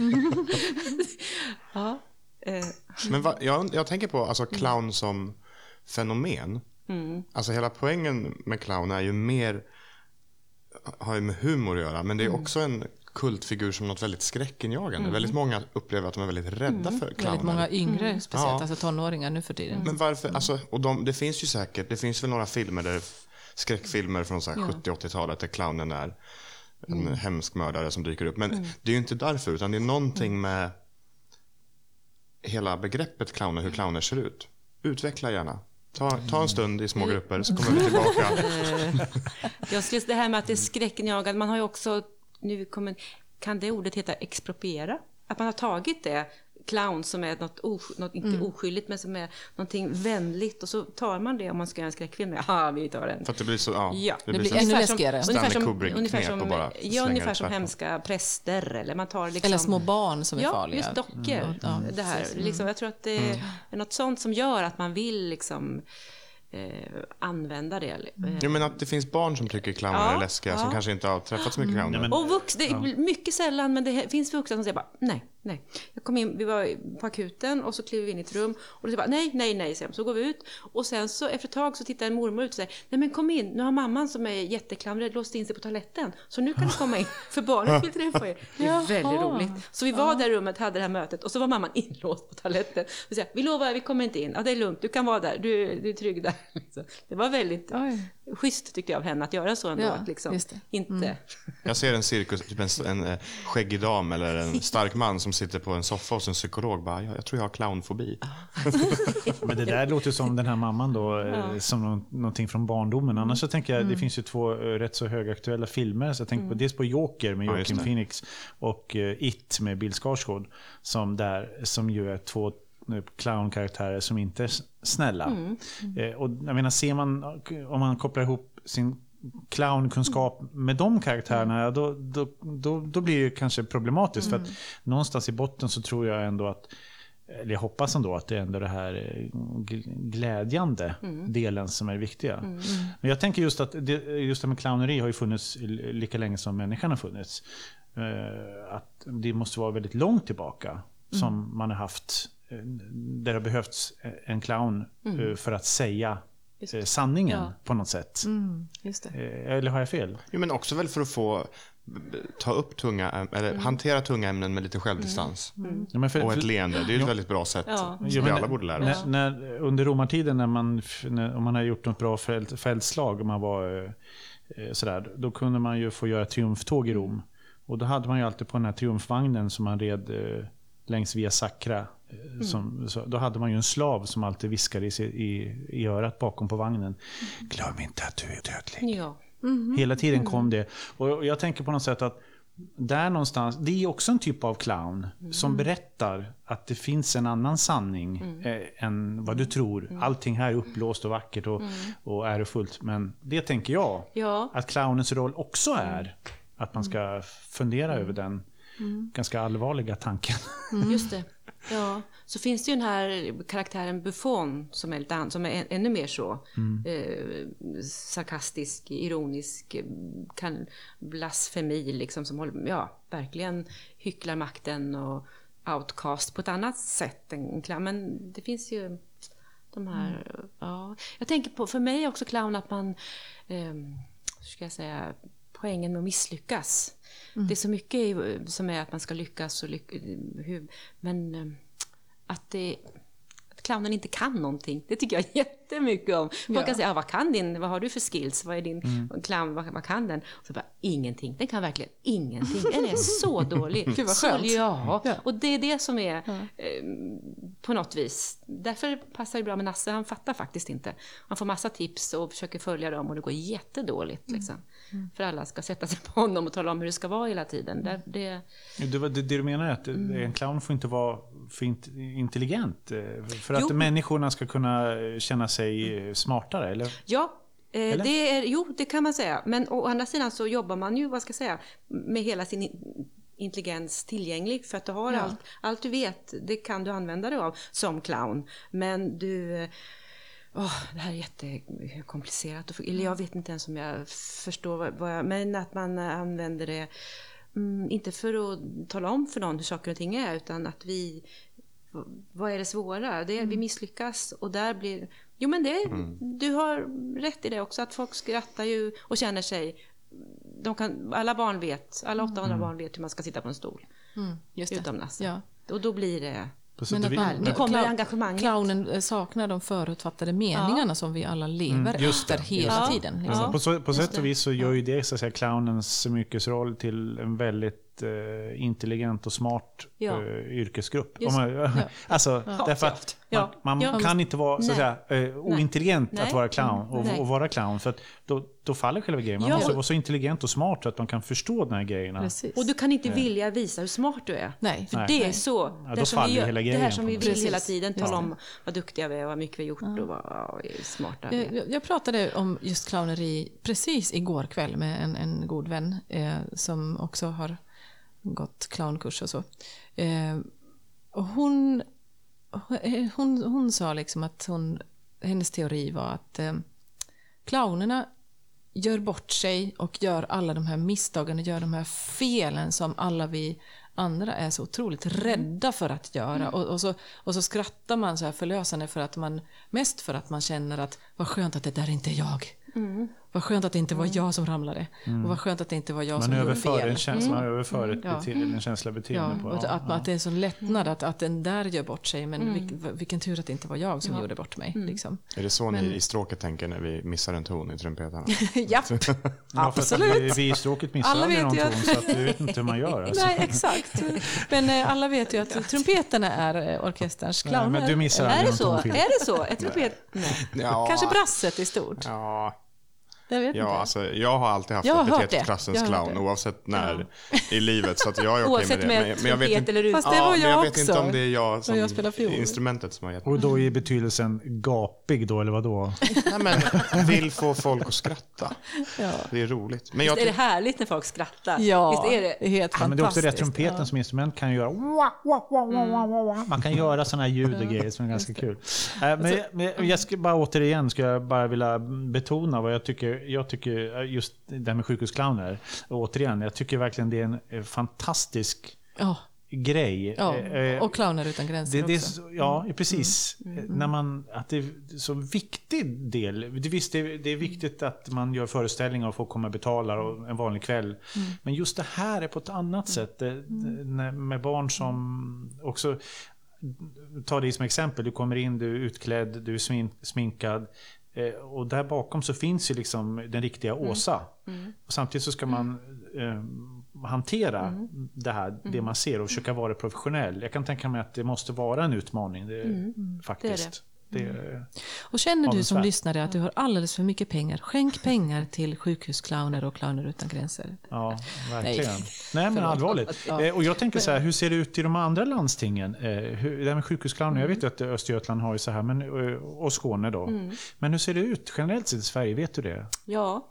Men jag tänker på alltså clown som fenomen. Alltså hela poängen med clown är ju mer, har ju med humor att göra, men det är också en kultfigur som något väldigt skräckinjagande. Väldigt många upplever att de är väldigt rädda för clowner. Väldigt många yngre, speciellt alltså tonåringar nu för tiden. Men varför, alltså, och det finns ju säkert, det finns väl några filmer skräckfilmer från så här 70-80-talet där clownen är en hemsk mördare som dyker upp. Men det är ju inte därför, utan det är någonting med hela begreppet clowner, hur clowner ser ut. Utveckla gärna. Ta en stund i små grupper så kommer vi tillbaka. Det här med att det är skräckinjagande, man har ju också kan det ordet heta expropriera? Att man har tagit det clown som är något inte oskyldigt, men som är någonting vänligt, och så tar man det om man ska göra en skräckfilm. Ja, vi tar den. För att det blir så, det blir ännu läskigare. Ungefär som hemska präster, eller man tar liksom, eller små barn som är farliga. Just dockor. Det här liksom, jag tror att det är något sånt som gör att man vill liksom använda det. Ja, men att det finns barn som tycker clowner är läskiga, som kanske inte har träffat så mycket clowner. Och det är mycket sällan, men det finns vuxna som säger bara nej. Jag kom in, vi var på akuten och så kliver vi in i ett rum och så bara nej, så går vi ut, och sen så efter ett tag så tittar en mormor ut och säger nej men kom in, nu har mamman som är jätteklamrig låst in sig på toaletten, så nu kan du komma in för barnet vill träffa er. Det är väldigt roligt. Så vi var där i rummet, hade det här mötet, och så var mamman inlåst på toaletten och säger vi lovar, vi kommer inte in. Ja, det är lugnt, du kan vara där, du är trygg där. Det var väldigt schysst tyckte jag av henne att göra så ändå, att liksom inte. Jag ser en cirkus, typ en skäggig dam eller en stark man som sitter på en soffa hos en psykolog bara, jag tror jag har clownfobi. Men det där låter som den här mamman då, som någonting från barndomen. Annars så tänker jag, det finns ju två rätt så högaktuella filmer. Så jag tänker på dels på Joker med Joaquin Phoenix och It med Bill Skarsgård, som ju är två clownkaraktärer som inte är snälla. Och jag menar, ser man, om man kopplar ihop sin clownkunskap med de karaktärerna, då blir det kanske problematiskt. För att någonstans i botten så tror jag ändå att, eller jag hoppas ändå att det är ändå det här glädjande delen som är viktiga. Men jag tänker just att just det med clowneri har ju funnits lika länge som människan har funnits. Att det måste vara väldigt långt tillbaka som man har haft, där det har behövts en clown för att säga sanningen på något sätt. Just det. Eller har jag fel? Jo, men också väl för att få ta upp hantera tunga ämnen med lite självdistans. Ja, men och ett leende. Det är ett väldigt bra sätt som vi alla borde lära oss. Under romartiden om man har gjort något bra fältslag, om man var sådär, då kunde man ju få göra triumftåg i Rom. Och då hade man ju alltid på den här triumfvagnen som man red längs Via Sacra. Då hade man ju en slav som alltid viskade i örat bakom på vagnen. Glöm inte att du är dödlig. Ja. Hela tiden kom det. Och jag tänker på något sätt att där någonstans, det är också en typ av clown som berättar att det finns en annan sanning än vad du tror. Allting här är uppblåst och vackert och ärofullt. Men det tänker jag att clownens roll också är att man ska fundera över den ganska allvarliga tanken. Just det. Ja, så finns det ju den här karaktären Buffon som är lite som är ännu mer så sarkastisk, ironisk, blasfemi liksom, som verkligen hycklar makten och outcast på ett annat sätt än clown. Men det finns ju de här jag tänker på, för mig är också clown att man ska jag säga, poängen med att misslyckas. Det är så mycket som är att man ska lyckas och men att clownen inte kan någonting. Det tycker jag jättemycket om. Folk kan säga, vad har du för skills? Vad är din clown? Vad kan den? Och så bara, ingenting. Den kan verkligen ingenting. Den är så dålig. Gud vad skönt. Och det är det som är på något vis. Därför passar det bra med Nasse. Han fattar faktiskt inte. Han får massa tips och försöker följa dem och det går jättedåligt. Liksom. För alla ska sätta sig på honom och tala om hur det ska vara hela tiden. Det du menar är att en clown får inte vara för intelligent för att människorna ska kunna känna sig smartare, eller? Ja, det kan man säga. Men å andra sidan så jobbar man ju, med hela sin intelligens tillgänglig, för att du har allt du vet, det kan du använda dig av som clown. Men det här är jättekomplicerat. Eller jag vet inte ens om jag förstår men att man använder det inte för att tala om för någon hur saker och ting är, utan att vad är det svåra? Vi misslyckas och där blir... Jo, men du har rätt i det också, att folk skrattar ju och känner sig... alla 800 barn vet hur man ska sitta på en stol. Just det. Utomlands. Ja. Och då blir det... Det kommer engagemanget. Clownen saknar de förutfattade meningarna som vi alla lever efter hela tiden. Liksom. På sätt och vis så gör ju det, så att säga, clownens yrkesroll till en väldigt intelligent och smart yrkesgrupp. Därför att man kan inte vara så att säga, ointelligent att vara clown och vara clown, för att då faller själva grejen. Man måste vara så intelligent och smart så att man kan förstå de här grejerna. Precis. Och du kan inte vilja visa hur smart du är. Nej. För det är så. Det här som vi vill hela tiden tala om vad duktiga vi är, vad mycket vi har gjort och vad smarta vi är. Jag pratade om just clowneri precis igår kväll med en god vän som också har gått clownkurs och så. Och hon sa liksom att hennes teori var att clownerna gör bort sig och gör alla de här misstagen och gör de här felen som alla vi andra är så otroligt rädda för att göra. Och så skrattar man så här förlösande mest för att man känner att vad skönt att det där inte är jag. Vad skönt att det inte var jag som ramlade. Och vad skönt att det inte var jag som gjorde fel. Man överför en känsla beteende på. Att det är en sån lättnad att den där gör bort sig. Men vilken tur att det inte var jag som gjorde bort mig. Liksom. Är det så ni i stråket tänker när vi missar en ton i trumpetarna? Japp, absolut. Vi i stråket missar aldrig någon ton, så att du vet inte hur man gör. Alltså. Nej, exakt. Men alla vet ju att trumpeterna är orkesterns clowner. Men du missar aldrig någon ton. Är det så? Är trumpet? Nej. Kanske brasset i stort. Ja. Jag vet inte. Alltså, jag har alltid haft epitetet klassens clown oavsett när i livet, så att jag är okej med det. Men jag vet inte, fast det var jag vet inte om det är jag som instrumentet som har gett mig. Och då är betydelsen gapig då, eller vad då? Nej, men vill få folk att skratta. Det är roligt. Men är det härligt när folk skrattar? Ja, visst är det helt fantastiskt. Men det är också det, trumpeten som instrument kan göra. Man kan göra såna här ljud och grejer som är ganska kul. Men jag ska bara vilja betona vad jag tycker just det här med sjukhusclowner. Återigen, jag tycker verkligen det är en fantastisk grej. Ja, och clowner utan gränser också. Ja, precis. Att det är så viktig del. Visst, det är viktigt att man gör föreställningar och får komma och betala och en vanlig kväll. Men just det här är på ett annat sätt. Med barn som också... Ta det som exempel. Du kommer in, du är utklädd, du är sminkad. Och där bakom så finns ju liksom den riktiga Åsa. Och samtidigt så ska man hantera det man ser och försöka vara professionell. Jag kan tänka mig att det måste vara en utmaning faktiskt. Och känner du som avundsvärt. lyssnare att du har alldeles för mycket pengar, skänk pengar till sjukhusclowner och Clowner utan gränser. Ja, verkligen. Nej men Förlåt. allvarligt. Ja. Och jag tänker så här, hur ser det ut i de andra landstingen? Det här med sjukhusclowner, jag vet ju att Östergötland har ju så här, och Skåne då. Men hur ser det ut generellt sett i Sverige, vet du det? Ja,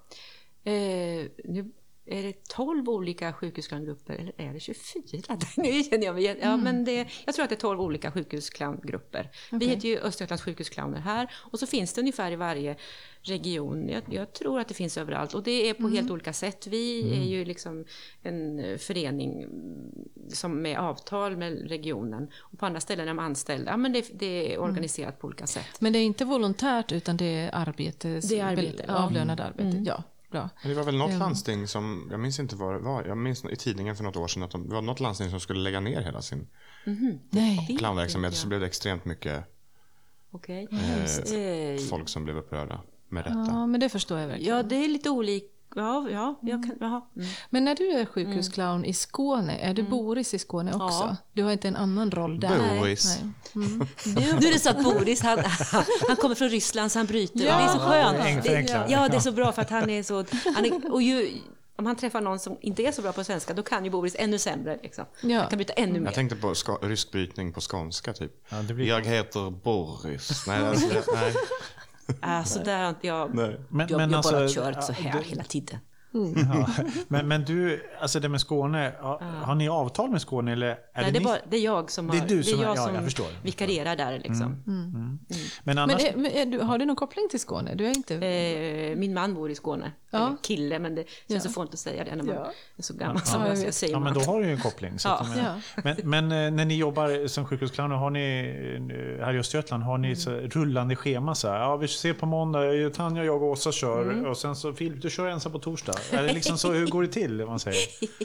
nu är det 12 olika sjukhusclowngrupper, eller är det 24? Nu känner jag mig, ja, men jag tror att det är 12 olika sjukhusclowngrupper. Vi heter ju Östergötlands sjukhusclowner här, och så finns det ungefär i varje region. Jag tror att det finns överallt, och det är på helt olika sätt. Vi är ju liksom en förening som med avtal med regionen, och på andra ställen är de anställda. Ja, men det är organiserat på olika sätt. Men det är inte volontärt utan det är arbete, Det är arbete, ja. avlönat arbete. Ja, bra. Men det var väl något landsting som, jag minns inte vad det var, jag minns i tidningen för något år sedan att det var något landsting som skulle lägga ner hela sin Nej. clownverksamhet, så blev det extremt mycket Okej. folk som blev upprörda med rätta. Ja, men det förstår jag verkligen. Ja, det är lite olika. Ja, jag kan, jaha. Men när du är sjukhusclown i Skåne, är du Boris i Skåne också? Ja. Du har inte en annan roll där? Boris. Nej. Nu är det så att Boris, han kommer från Ryssland så han bryter. Ja. Det är så skönt. Förenklat. Ja, det är så bra för att han är så... och om han träffar någon som inte är så bra på svenska, då kan ju Boris ännu sämre. Liksom. Ja. Han kan bryta ännu mer. Jag tänkte på rysk brytning på skånska typ. Ja, det blir... Jag heter Boris. Nej, nej. Alltså, där har inte jag... nej. Jag har alltså, bara kört så här hela tiden. Ja, men du, alltså det med Skåne, har ni avtal med Skåne eller är Nej, det det är jag som Det är har, du som- det är jag ja, som jag förstår. vikarierar där liksom. Men annars, Har du någon koppling till Skåne? Du är inte... Min man bor i Skåne. Ja. Eller kille, men det känns så fånt att säga det när man är så gammal som jag jag, så vet. jag säger ja, men man. då har du ju en koppling. Så att men när ni jobbar som sjukhusclowner, har ni här i Östergötland, har ni så rullande schema så här? Ja, vi ser på måndag, Tanja, jag och Åsa kör och sen så Filip, du kör ensam på torsdag. Är det liksom så, hur går det till om man säger?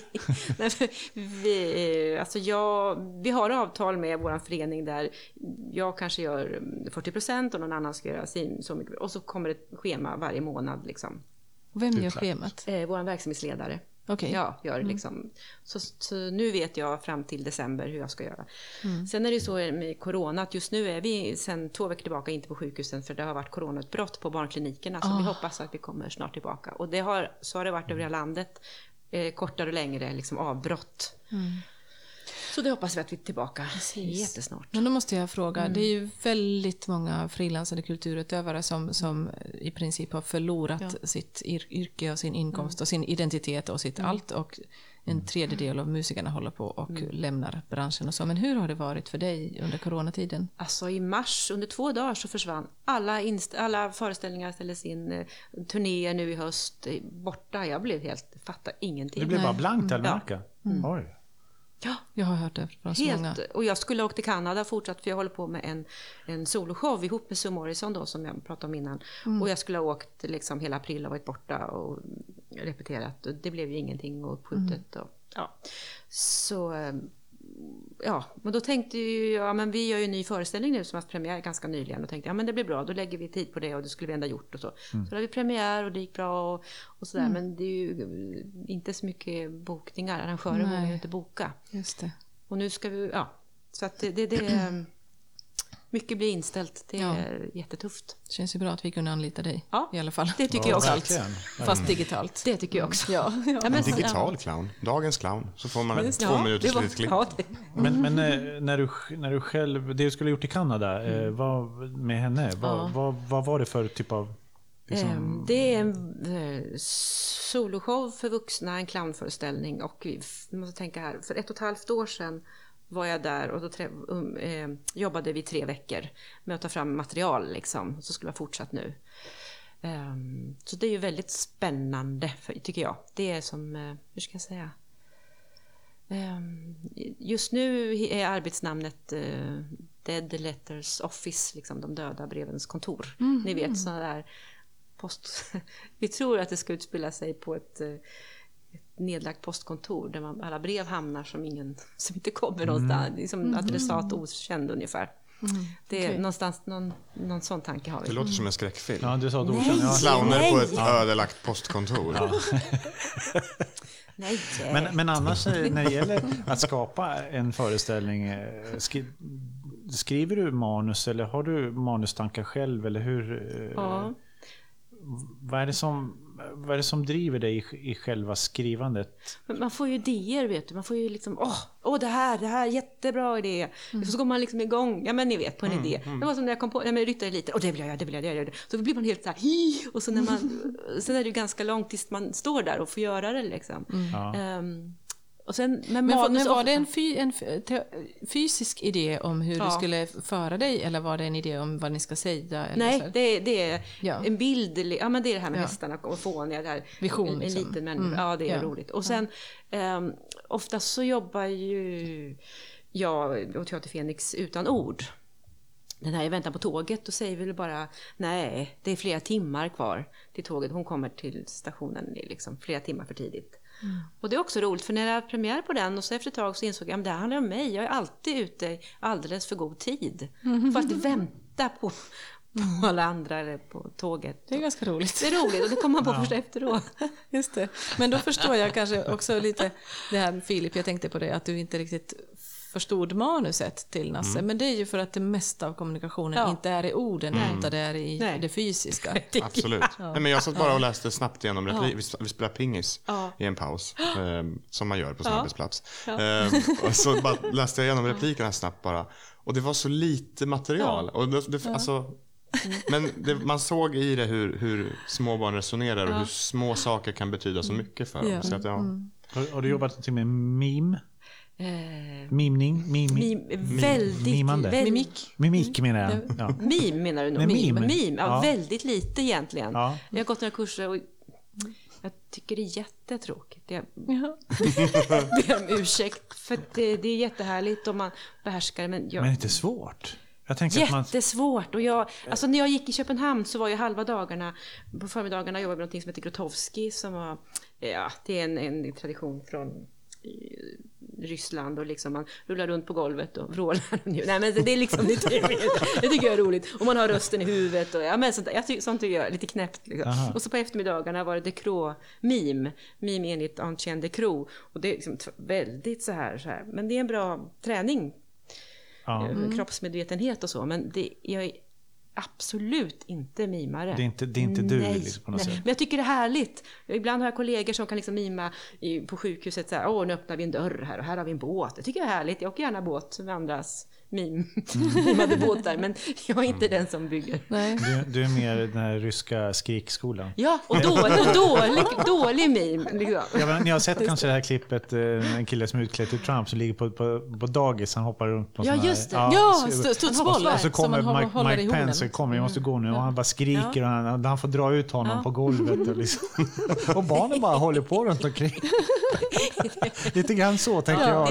Vi har avtal med vår förening där jag kanske gör 40% och någon annan ska göra så mycket. Och så kommer ett schema varje månad liksom. Vem gör schemat? Vår verksamhetsledare. Okej. Ja, gör liksom. Så nu vet jag fram till december hur jag ska göra. Sen är det så med corona att just nu är vi sen 2 veckor tillbaka inte på sjukhusen, för det har varit coronautbrott på barnklinikerna. Så vi hoppas att vi kommer snart tillbaka. Och så har det varit över hela landet. Kortare och längre liksom avbrott. Så det hoppas vi att vi är tillbaka jättesnart. Men då måste jag fråga, det är ju väldigt många frilansande kulturutövare som i princip har förlorat sitt yrke och sin inkomst och sin identitet och sitt allt, och en tredjedel av musikerna håller på och lämnar branschen och så. Men hur har det varit för dig under coronatiden? Alltså i mars, under 2 dagar så försvann alla föreställningar, ställdes in, turnéer nu i höst borta. Jag blev fattar ingenting. Det blev bara blankt almanacka. Oj. Ja, Jag har hört det från så många. och jag skulle åka till Kanada fortsatt, för jag håller på med en soloshow ihop med Sue Morrison då, som jag pratade om innan. Och jag skulle ha åkt liksom hela april och varit borta och repeterat, och det blev ju ingenting och uppskjutet. Och, så men då tänkte jag, men vi gör ju en ny föreställning nu som har haft premiär ganska nyligen, och tänkte men det blir bra, då lägger vi tid på det, och det skulle vi ändå gjort och så. Så då hade vi premiär och det gick bra och sådär, men det är ju inte så mycket bokningar, arrangörer vågar ju inte boka. Just det. Och nu ska vi, så att det mycket blir inställt, det är jättetufft. Det känns ju bra att vi kunde anlita dig i alla fall. Det tycker jag också. Verkligen. Fast digitalt. Det tycker jag också. Ja, En digital clown, dagens clown, så får man ett 2 minuters litet klipp. Men när du själv, det du skulle ha gjort i Kanada, vad med henne, vad var det för typ av... Liksom... Det är en soloshow för vuxna, en clownföreställning, och vi måste tänka här, för 1,5 år sedan var jag där, och då jobbade vi 3 veckor med att ta fram material liksom, så skulle jag fortsatt nu. Så det är ju väldigt spännande, tycker jag. Det är som, hur ska jag säga? Just nu är arbetsnamnet Dead Letters Office, liksom de döda brevens kontor. Ni vet, sådana där vi tror att det ska utspela sig på ett nedlagt postkontor där alla brev hamnar som inte kommer någonstans, liksom adressat okänd ungefär. Det är någonstans någon sån tanke har vi. Det låter som en skräckfilm. Ja, du sa att okänd. Ja. Clowner på ett ödelagt postkontor. Nej. Men annars när det gäller att skapa en föreställning, skriver du manus eller har du manustankar själv? Eller hur, Ja. vad är det som driver dig i själva skrivandet? Men man får ju idéer, vet du. Man får ju liksom, det här, jättebra idé. Så går man liksom igång, ja men ni vet, på en idé. Det var som när jag kom på, nej men ryttareliten, det vill jag göra. Så blir man helt så här, och så sen är det ju ganska långt tills man står där och får göra det liksom. Och sen, men var det en fysisk idé om hur du skulle föra dig, eller var det en idé om vad ni ska säga? Eller nej, så? det är en bild, ja men det är det här med hästarna och fåniga där. Vision, en liksom. liten människa, ja det är roligt. Och sen, oftast så jobbar ju jag och Teater Fenix utan ord. Den här i väntan på tåget, då säger vi bara nej, det är flera timmar kvar till tåget. Hon kommer till stationen liksom flera timmar för tidigt. Och det är också roligt, för när jag hade premiär på den och så efter ett tag så insåg jag att det här handlar om mig. Jag är alltid ute alldeles för god tid för att vänta på alla andra eller på tåget. Det är ganska roligt. Det är roligt och det kommer man på först efteråt. Just det. Men då förstår jag kanske också lite det här, Filip, jag tänkte på det, att du inte riktigt förstod manuset till Nasse. Men det är ju för att det mesta av kommunikationen inte är i orden, utan det är i det fysiska. Absolut. Nej, men jag satt bara och läste snabbt igenom vi spelar pingis i en paus, som man gör på sin arbetsplats. Och så bara läste jag igenom replikerna snabbt bara. Och det var så lite material. Och alltså, men man såg i det hur små barn resonerar och hur små saker kan betyda så mycket för dem. Så att, Har du jobbat med meme? Mimning? Mimik menar jag. Ja. Meme menar du nog? Meme. Väldigt lite egentligen. Ja. Jag har gått några kurser och jag tycker det är jättetråkigt. Jag ber om ursäkt, för det är jättehärligt om man behärskar det. Men inte svårt. Jättesvårt. Och alltså när jag gick i Köpenhamn så var jag halva dagarna, på förmiddagarna jobbade med någonting som heter Grotowski, som var, det är en tradition från Ryssland, och liksom man rullar runt på golvet och vrålar. Nej men det är liksom lite, det tycker jag är roligt. Och man har rösten i huvudet och sånt tycker jag är lite knäppt liksom. Och så på eftermiddagarna var det Decro mime enligt Etienne Decro, och det är liksom väldigt så här. Men det är en bra träning. Kroppsmedvetenhet och så, men jag är absolut inte mimare. Det är inte du liksom, på något sätt. Men jag tycker det är härligt. Ibland har jag kollegor som kan liksom mima på sjukhuset så här, nu öppnar vi en dörr här och här har vi en båt. Jag tycker det är härligt. Jag åker gärna båt med andras mimade båtar, men jag är inte den som bygger. Nej. Du är mer den här ryska skrikskolan. Ja, och dålig mim. Liksom. Ni har sett kanske det här klippet, en kille som är utklädd till Trump som ligger på dagis, han hoppar runt på just det. Studsbollar. Och så kommer Mike Pence och kommer, jag måste gå nu, och han bara skriker och han får dra ut honom på golvet och, liksom. Och barnen bara håller på runt omkring. Lite grann så tänker jag.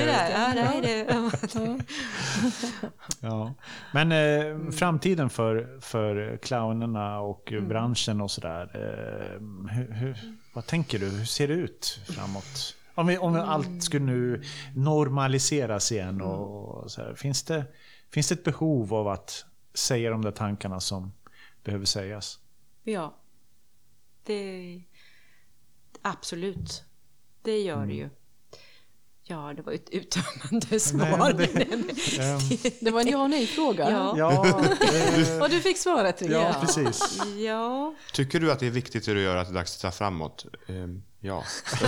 Ja. Men framtiden för clownerna och branschen och sådär, vad tänker du? Hur ser det ut framåt? Om allt skulle nu normaliseras igen och så här, finns det ett behov av att säga de där tankarna som behöver sägas? Ja, absolut. Det gör det ju. Ja, det var ett uttömmande svar. Det var en ja- och nej-fråga. Ja. Och du fick svaret. Ja, precis. Ja. Tycker du att det är viktigt det du gör, att det är dags att ta framåt? Ja.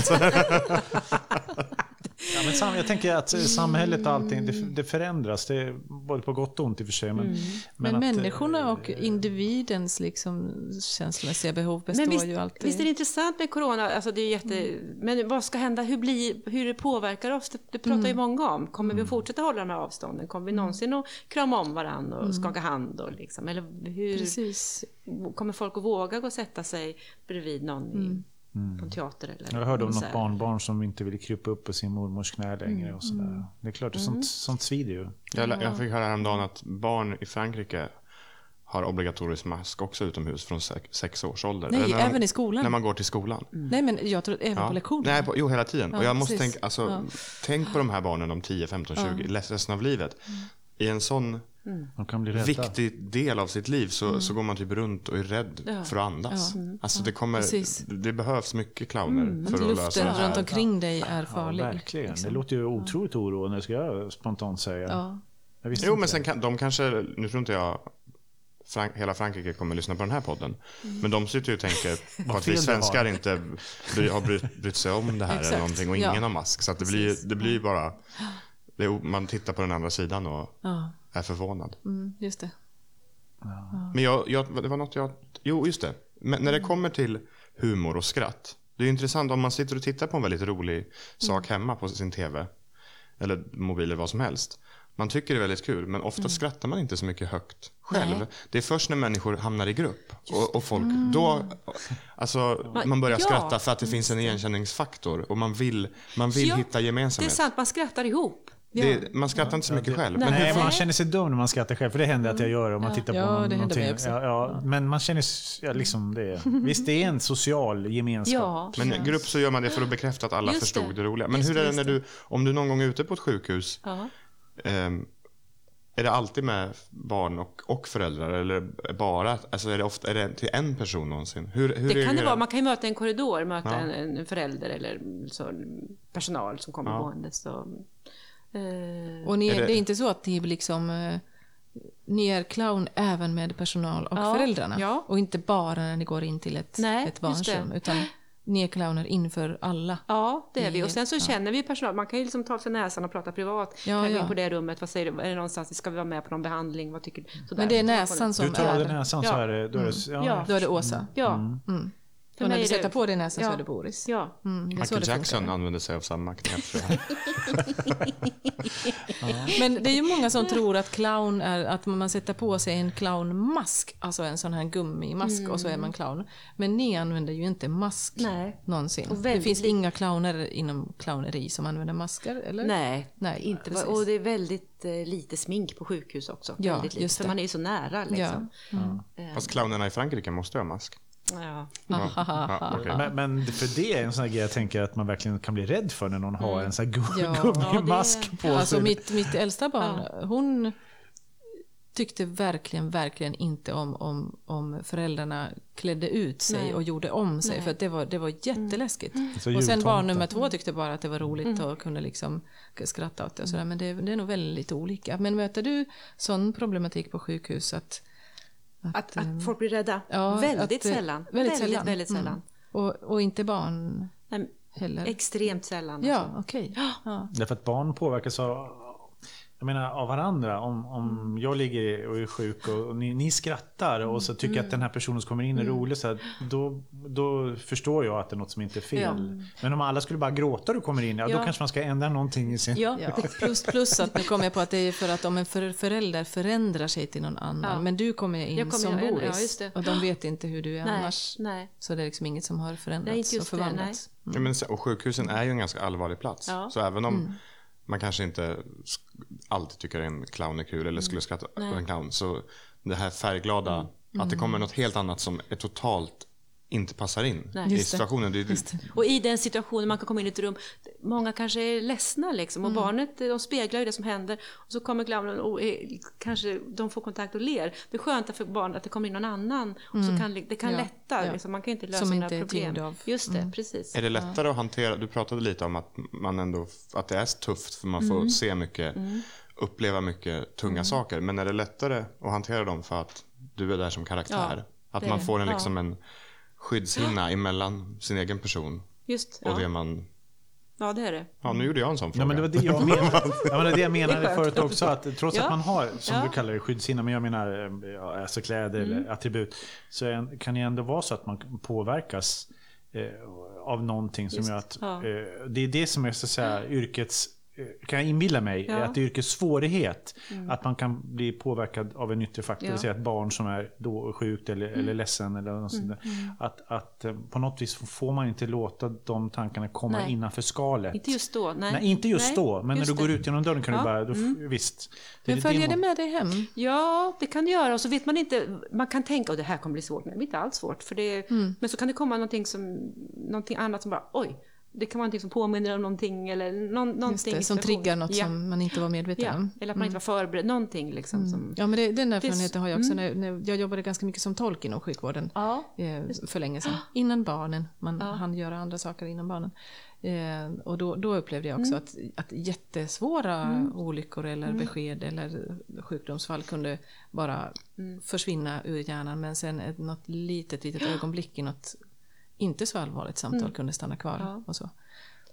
Ja, men jag tänker att samhället och allting, det förändras. Det är både på gott och ont i och för sig. Men människorna och individens liksom känslomässiga behov består ju alltid. Visst är det intressant med corona? Alltså det är men vad ska hända? Hur det påverkar oss? Det pratar ju många om. Kommer vi att fortsätta hålla de här avstånden? Kommer vi någonsin att krama om varandra och skaka hand? Och liksom? Eller Precis. Kommer folk att våga gå och sätta sig bredvid någon på en teater? Eller jag hörde om något barnbarn som inte ville krypa upp på sin mormors knä längre och sådär. Det är klart, sånt svider ju. Jag fick höra häromdagen att barn i Frankrike har obligatorisk mask också utomhus från 6 års ålder. Nej, även i skolan. När man går till skolan. Nej, men jag tror även på lektionen. Nej, hela tiden. Och jag måste precis. tänka, tänk på de här barnen om 10, 15, 20, resten av livet. I en sån de kan bli rädda. Viktig del av sitt liv så går man typ runt och är rädd för att andas. Alltså det behövs mycket clowner för att lösa luften det här. runt omkring dig är farlig. Ja, verkligen. Det låter ju otroligt oroande, ska jag spontant säga. Jo, men sen de kanske, nu tror inte jag hela Frankrike kommer att lyssna på den här podden. Men de sitter ju och tänker på att vi svenskar inte har brytt sig om det här eller någonting och ingen har mask. Så att det blir bara... man tittar på den andra sidan och är förvånad. Just det. Ja. Men det var något Jo, just det. Men när det kommer till humor och skratt. Det är ju intressant om man sitter och tittar på en väldigt rolig sak hemma på sin tv. Eller mobil eller vad som helst. Man tycker det är väldigt kul, men ofta skrattar man inte så mycket högt själv. Nej. Det är först när människor hamnar i grupp och folk, då, alltså, man börjar skratta för att det finns en igenkänningsfaktor och man vill hitta gemensamhet. Det är sant, man skrattar ihop. Man skrattar inte så mycket själv. Nej, man känner sig dum när man skrattar själv, för det händer att jag gör om man tittar på någonting. Men man känner liksom det. Visst, det är en social gemenskap. Men i grupp så gör man det för att bekräfta att alla förstod det roliga. Men hur är det när om du någon gång är ute på ett sjukhus? Är det alltid med barn och föräldrar eller bara, alltså är det till en person någonsin? Hur det kan det vara, man kan ju möta en korridor, möta en förälder eller så, personal som kommer gående. Så, och det är inte så att ni liksom ni är clown även med personal och föräldrarna och inte bara när ni går in till ett barnrum, utan ni är clowner inför alla. Ja, det är vi. Och sen så känner vi personal. Man kan ju liksom ta sig näsan och prata privat. Kan vi gå in på det rummet? Vad säger du? Är det någonstans? Ska vi vara med på någon behandling? Vad tycker du? Men det är näsan som är... Du tar av näsan så är det... Då är det Åsa. Ja. Och när du sätter på din näsan så är det Boris. Ja. Michael Jackson använder sig av samma knep. Men det är ju många som tror att clown är att man sätter på sig en clownmask, alltså en sån här gummimask och så är man clown. Men ni använder ju inte mask någonsin. Det finns inga clowner inom clowneri som använder masker, eller? Nej, inte. Precis. Och det är väldigt lite smink på sjukhus också. Ja, väldigt lite, för man är ju så nära liksom. Fast clownerna i Frankrike måste ha mask. Okay. Men för det är en sån här grej jag tänker att man verkligen kan bli rädd för när någon har en sån här gummimask på sig. Alltså mitt äldsta barn, hon tyckte verkligen inte om föräldrarna klädde ut sig och gjorde om sig, för att det var jätteläskigt. Och sen barn nummer 2 tyckte bara att det var roligt och kunde liksom skratta åt det och sådär, men det är nog väldigt olika. Men möter du sån problematik på sjukhus att folk blir rädda? Väldigt sällan. Väldigt sällan. Och inte barn heller? Extremt sällan. Ja, okej. Därför att barn påverkas av varandra. Om jag ligger och är sjuk och ni skrattar och så tycker jag att den här personen som kommer in är rolig, så då förstår jag att det är något som inte är fel. Men om alla skulle bara gråta och du kommer in, då kanske man ska ändra någonting i sin... Plus att nu kommer jag på att det är för att om en förälder förändrar sig till någon annan, men du kommer in som Boris och de vet inte hur du är annars. Så det är liksom inget som har förändrats och förvandlats. Och sjukhusen är ju en ganska allvarlig plats. Så även om man kanske inte alltid tycker en clown är kul eller skulle skratta på en clown, så det här färgglada, att det kommer något helt annat som är totalt inte passar in i situationen. Och i den situationen man kan komma in i ett rum, många kanske är ledsna liksom, och barnet, de speglar ju det som händer, och så kommer clownen och kanske de får kontakt och ler. Det är skönt för barn att det kommer in någon annan och så kan det kan lätta, liksom, man kan inte lösa några problem. Just det, precis. Är det lättare att hantera, du pratade lite om att man ändå, att det är tufft för man får se mycket, uppleva mycket tunga saker, men är det lättare att hantera dem för att du är där som karaktär? Att man får liksom en skyddshinna emellan sin egen person och det man... Ja, det är det. Ja, nu gjorde jag en sån fråga. Men det var det jag menade. Men det jag menade förut också, att trots att man har, som du kallar det, skyddshinna, men jag menar alltså kläder eller attribut, så kan det ändå vara så att man påverkas av någonting som gör att det är det som är så att säga yrkets, kan jag inbilla mig, att det är yrkets svårighet, att man kan bli påverkad av en yttre faktor, det vill säga ett barn som är då sjukt eller ledsen eller något sånt där. Att på något vis får man inte låta de tankarna komma innanför skalet. Inte just då. Nej, inte just då, men när du går ut genom dörren kan du bara, visst. Men följer det med dig hem? Ja, det kan det göra, och så vet man inte, man kan tänka, det här kommer bli svårt, men det är inte alls svårt, för det, men så kan det komma någonting annat som bara, oj, det kan vara någonting som påminner om någonting eller någonting det, som triggar något som man inte var medveten om. Eller att man inte var förberedd, någonting liksom. Som, ja, men den erfarenheten har jag också när jag jobbade ganska mycket som tolk inom sjukvården för länge sedan. Innan barnen, man hann göra andra saker innan barnen. Och då upplevde jag också att jättesvåra olyckor eller besked eller sjukdomsfall kunde bara försvinna ur hjärnan, men sen något litet ögonblick i något inte så allvarligt samtal kunde stanna kvar och så.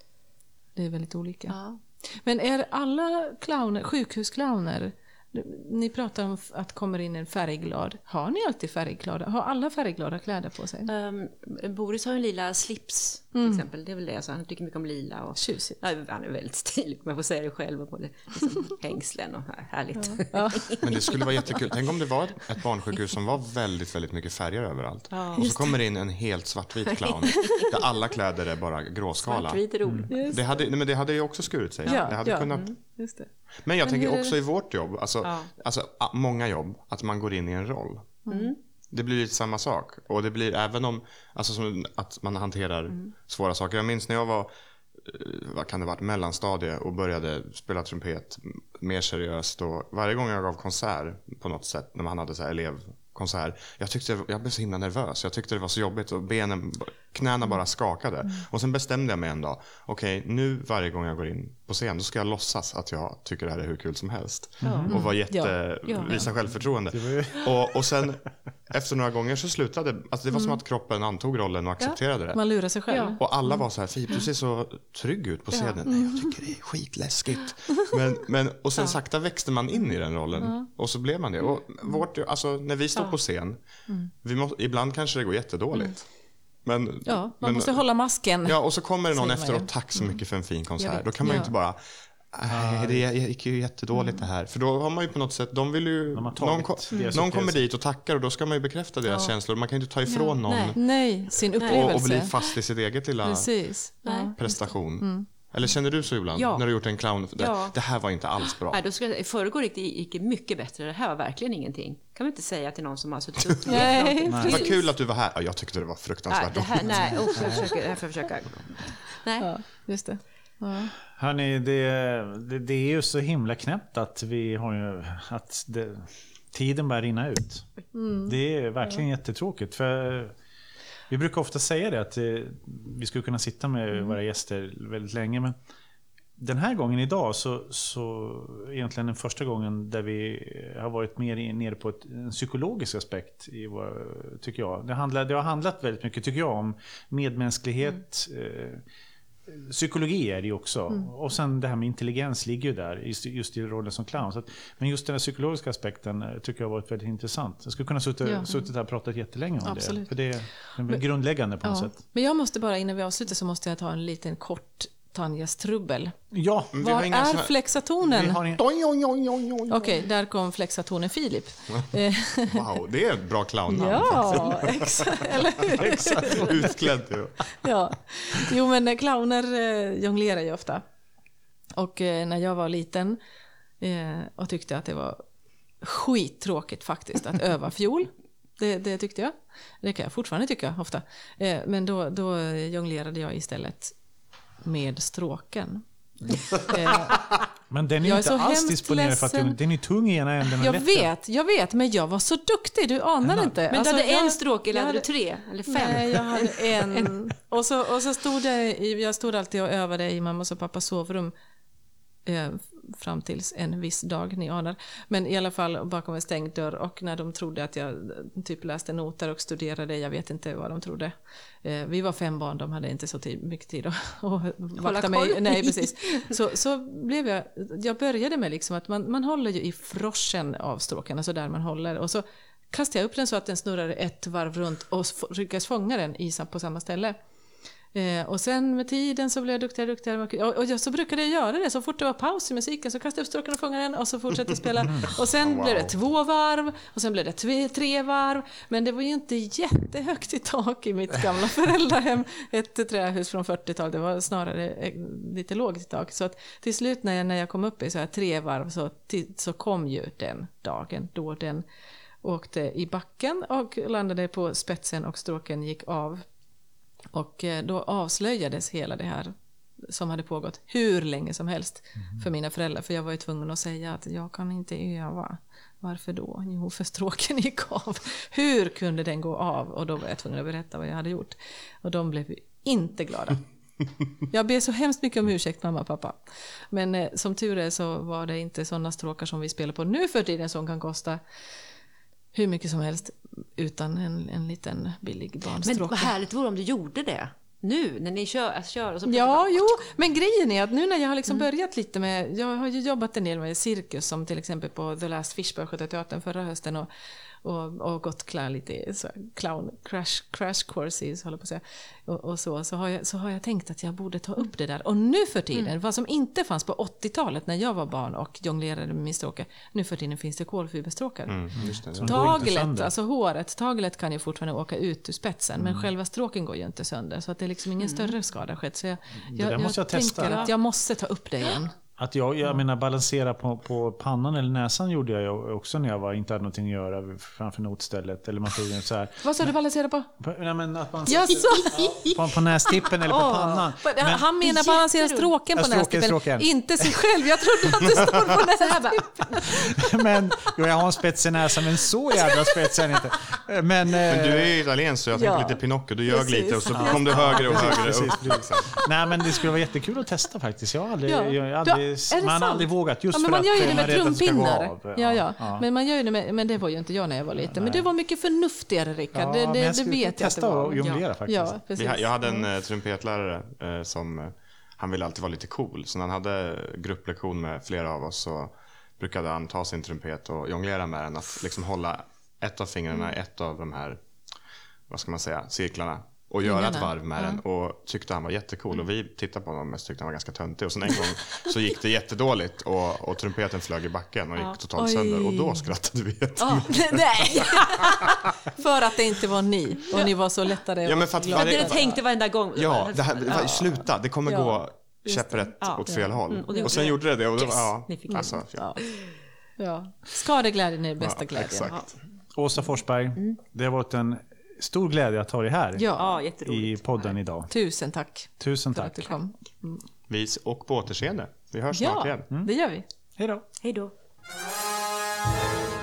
Det är väldigt olika. Ja. Men är alla clowner, sjukhusclowner, ni pratar om att kommer in en färgglad. Har ni alltid färgglada? Har alla färgglada kläder på sig? Boris har en lila slips till exempel. Det är väl det. Så han tycker mycket om lila. Och, tjusigt. Ja, han är väldigt stilig, om jag får säga det själv. Och både liksom, hängslen och härligt. Ja. Men det skulle vara jättekul. Tänk om det var ett barnsjukhus som var väldigt, väldigt mycket färger överallt. Och så kommer in en helt svartvit clown. Där alla kläder är bara gråskala. Svartvit är roligt. Det hade ju också skurit sig. Ja, det hade kunnat... Just det. Men jag tänker också i vårt jobb, alltså många jobb, att man går in i en roll. Det blir lite samma sak. Och det blir även om, alltså som att man hanterar svåra saker. Jag minns när jag var, vad kan det vara, mellanstadie och började spela trumpet mer seriöst. Och varje gång jag gav konsert på något sätt, när man hade så här elevkonsert, jag blev så himla nervös. Jag tyckte det var så jobbigt och knäna bara skakade. Och sen bestämde jag mig en dag, okej, nu varje gång jag går in på scen, då ska jag låtsas att jag tycker det här är hur kul som helst. Och visa självförtroende. Och sen efter några gånger så slutade, alltså det var som att kroppen antog rollen och accepterade det. Man lurar sig själv. Och alla var så här, Filip, du ser så trygg ut på scenen. Nej, jag tycker det är skitläskigt. Och sen sakta växte man in i den rollen. Och så blev man det. Och alltså, när vi står på scen, ibland kanske det går jättedåligt. Men man måste hålla masken. Ja, och så kommer det någon efteråt, tack så mycket för en fin konsert. Då kan man ju inte bara, det gick ju jättedåligt det här. För då har man ju på något sätt, de vill ju, någon kommer dit och tackar och då ska man ju bekräfta deras känslor. Man kan ju inte ta ifrån någon sin upplevelse. Och bli fast i sitt eget lilla prestation. Eller känner du så ibland när du har gjort en clown? Det här var inte alls bra. Nej, då skulle förrgår gick det mycket bättre. Det här var verkligen ingenting. Kan man inte säga till någon som har suttit upp. Vad kul att du var här. Ja, jag tyckte det var fruktansvärt. Jag får försöka. Nej. Ja, just det. Ja. Hörrni, det är ju så himla knäppt att vi har ju tiden börjar rinna ut. Det är verkligen jättetråkigt, för vi brukar ofta säga det att vi skulle kunna sitta med våra gäster väldigt länge, men den här gången idag så egentligen den första gången där vi har varit mer nere på en psykologisk aspekt tycker jag. Det har handlat väldigt mycket, tycker jag, om medmänsklighet. Psykologi är det ju också. Och sen det här med intelligens ligger ju där just i rollen som clown. Men just den här psykologiska aspekten tycker jag har varit väldigt intressant. Jag skulle kunna suttit här och pratat jättelänge om det. För det är grundläggande på något sätt. Men jag måste bara, innan vi avslutar, så måste jag ta en liten kort Tanjas trubbel. Ja, var är flexatonen? Okej, där kom flexatonen Filip. Wow, det är ett bra clownnamn. Ja, exakt. Eller hur? Exakt, utklädd. Ja. Jo, men clowner jonglerar ju ofta. Och när jag var liten och tyckte att det var skittråkigt faktiskt att öva fiol. Det tyckte jag. Det kan jag fortfarande tycka ofta. Men då jonglerade jag istället med stråken. Men den är inte alls disponerad för att den är tung i ena änden. Jag vet, men jag var så duktig, du anar inte. Men du hade en stråk eller hade du 3 eller 5? Nej, jag hade en. och så stod jag stod alltid och övade i mammas och pappas sovrum fram tills en viss dag, ni anar. Men i alla fall bakom en stängd dörr, och när de trodde att jag typ läste noter och studerade, jag vet inte vad de trodde. Vi var 5 barn, de hade inte så mycket tid att vakta mig. Nej, precis. Så blev jag började med liksom att man håller ju i froschen av stråken, alltså där man håller, och så kastar jag upp den så att den snurrar ett varv runt och lyckas fånga den på samma ställe. Och sen med tiden så blev jag duktigare. Och så brukade jag göra det. Så fort det var paus i musiken så kastade jag upp stråken och fångade den. Och så fortsatte jag spela. Och sen blev det 2 varv. Och sen blev det 3 varv. Men det var ju inte jättehögt i tak i mitt gamla föräldrahem. Ett trähus från 40-talet. Det var snarare lite lågt i tak. Så att till slut när jag kom upp i så här 3 varv så kom ju den dagen då den åkte i backen och landade på spetsen och stråken gick av. Och då avslöjades hela det här som hade pågått hur länge som helst för mina föräldrar. För jag var ju tvungen att säga att jag kan inte öva. Varför då? Jo, för stråken gick av. Hur kunde den gå av? Och då var jag tvungen att berätta vad jag hade gjort. Och de blev inte glada. Jag ber så hemskt mycket om ursäkt, mamma och pappa. Men som tur är så var det inte sådana stråkar som vi spelar på nu för tiden som kan kosta hur mycket som helst utan en liten billig barnstråke. Men vad härligt vore om du gjorde det. Nu när ni kör och så... Ja, jo, men grejen är att nu när jag har liksom börjat lite med, jag har ju jobbat en del med cirkus som till exempel på The Last Fish på Östgötateatern förra hösten och gått lite så clown crash courses håller på att säga och så har jag tänkt att jag borde ta upp det där. Och nu för tiden, vad som inte fanns på 80-talet när jag var barn och jonglerade med min stråke, nu för tiden finns det kolfiberstråkar. Taglet, alltså håret, taglet kan ju fortfarande åka ut ur spetsen, men själva stråken går ju inte sönder, så att det är liksom ingen större skada skett. Så jag tänker att jag måste ta upp det igen. Att jag menar balansera på pannan eller näsan gjorde jag också när jag inte hade någonting att göra framför notstället. Eller man tog en så här. Vad sa du balansera på? Nej, men att man på nästippen eller på pannan. Men, han menar balansera stråken på nästippen, inte sig själv. Jag trodde att det står på nästippen. Men jag har en spets i näsan, men så jävla spets är inte. Men du är ju italiensk, så jag tänker lite Pinocchio. Du gör lite och så kom du högre och högre upp. Nej, men det skulle vara jättekul att testa faktiskt. Jag har aldrig man har aldrig vågat just för man att gör ju det med trumpinnar. Ja. Men man gör ju det med, men det var ju inte jag när jag var liten. Men du var mycket förnuftigare, Rickard. Det vet jag att det var. Och jonglera faktiskt. Jag hade en trumpetlärare som han ville alltid vara lite cool. Så när han hade grupplektion med flera av oss så brukade han ta sin trumpet och jonglera med den. Att liksom hålla ett av fingrarna i ett av de här, vad ska man säga, cirklarna. Och göra ett varv med den. Och tyckte han var jättecool. Och vi tittade på honom och tyckte han var ganska töntig. Och sen en gång så gick det jättedåligt. Och trumpeten flög i backen och gick totalt sönder. Och då skrattade vi jättemycket. Nej! För att det inte var ni. Och ni var så lättare. Ja, men för att det tänkte varenda gång. Ja, sluta. Det kommer gå käpprätt åt fel håll. Och sen gjorde det. Och då, Skadeglädjen är bästa glädjen. Exakt. Åsa Forsberg, det har varit en stor glädje att ha dig här i podden idag. Tusen tack. Tusen tack. För att du kom. Och på återseende. Vi hörs snart igen. Det gör vi. Hej då. Hej då.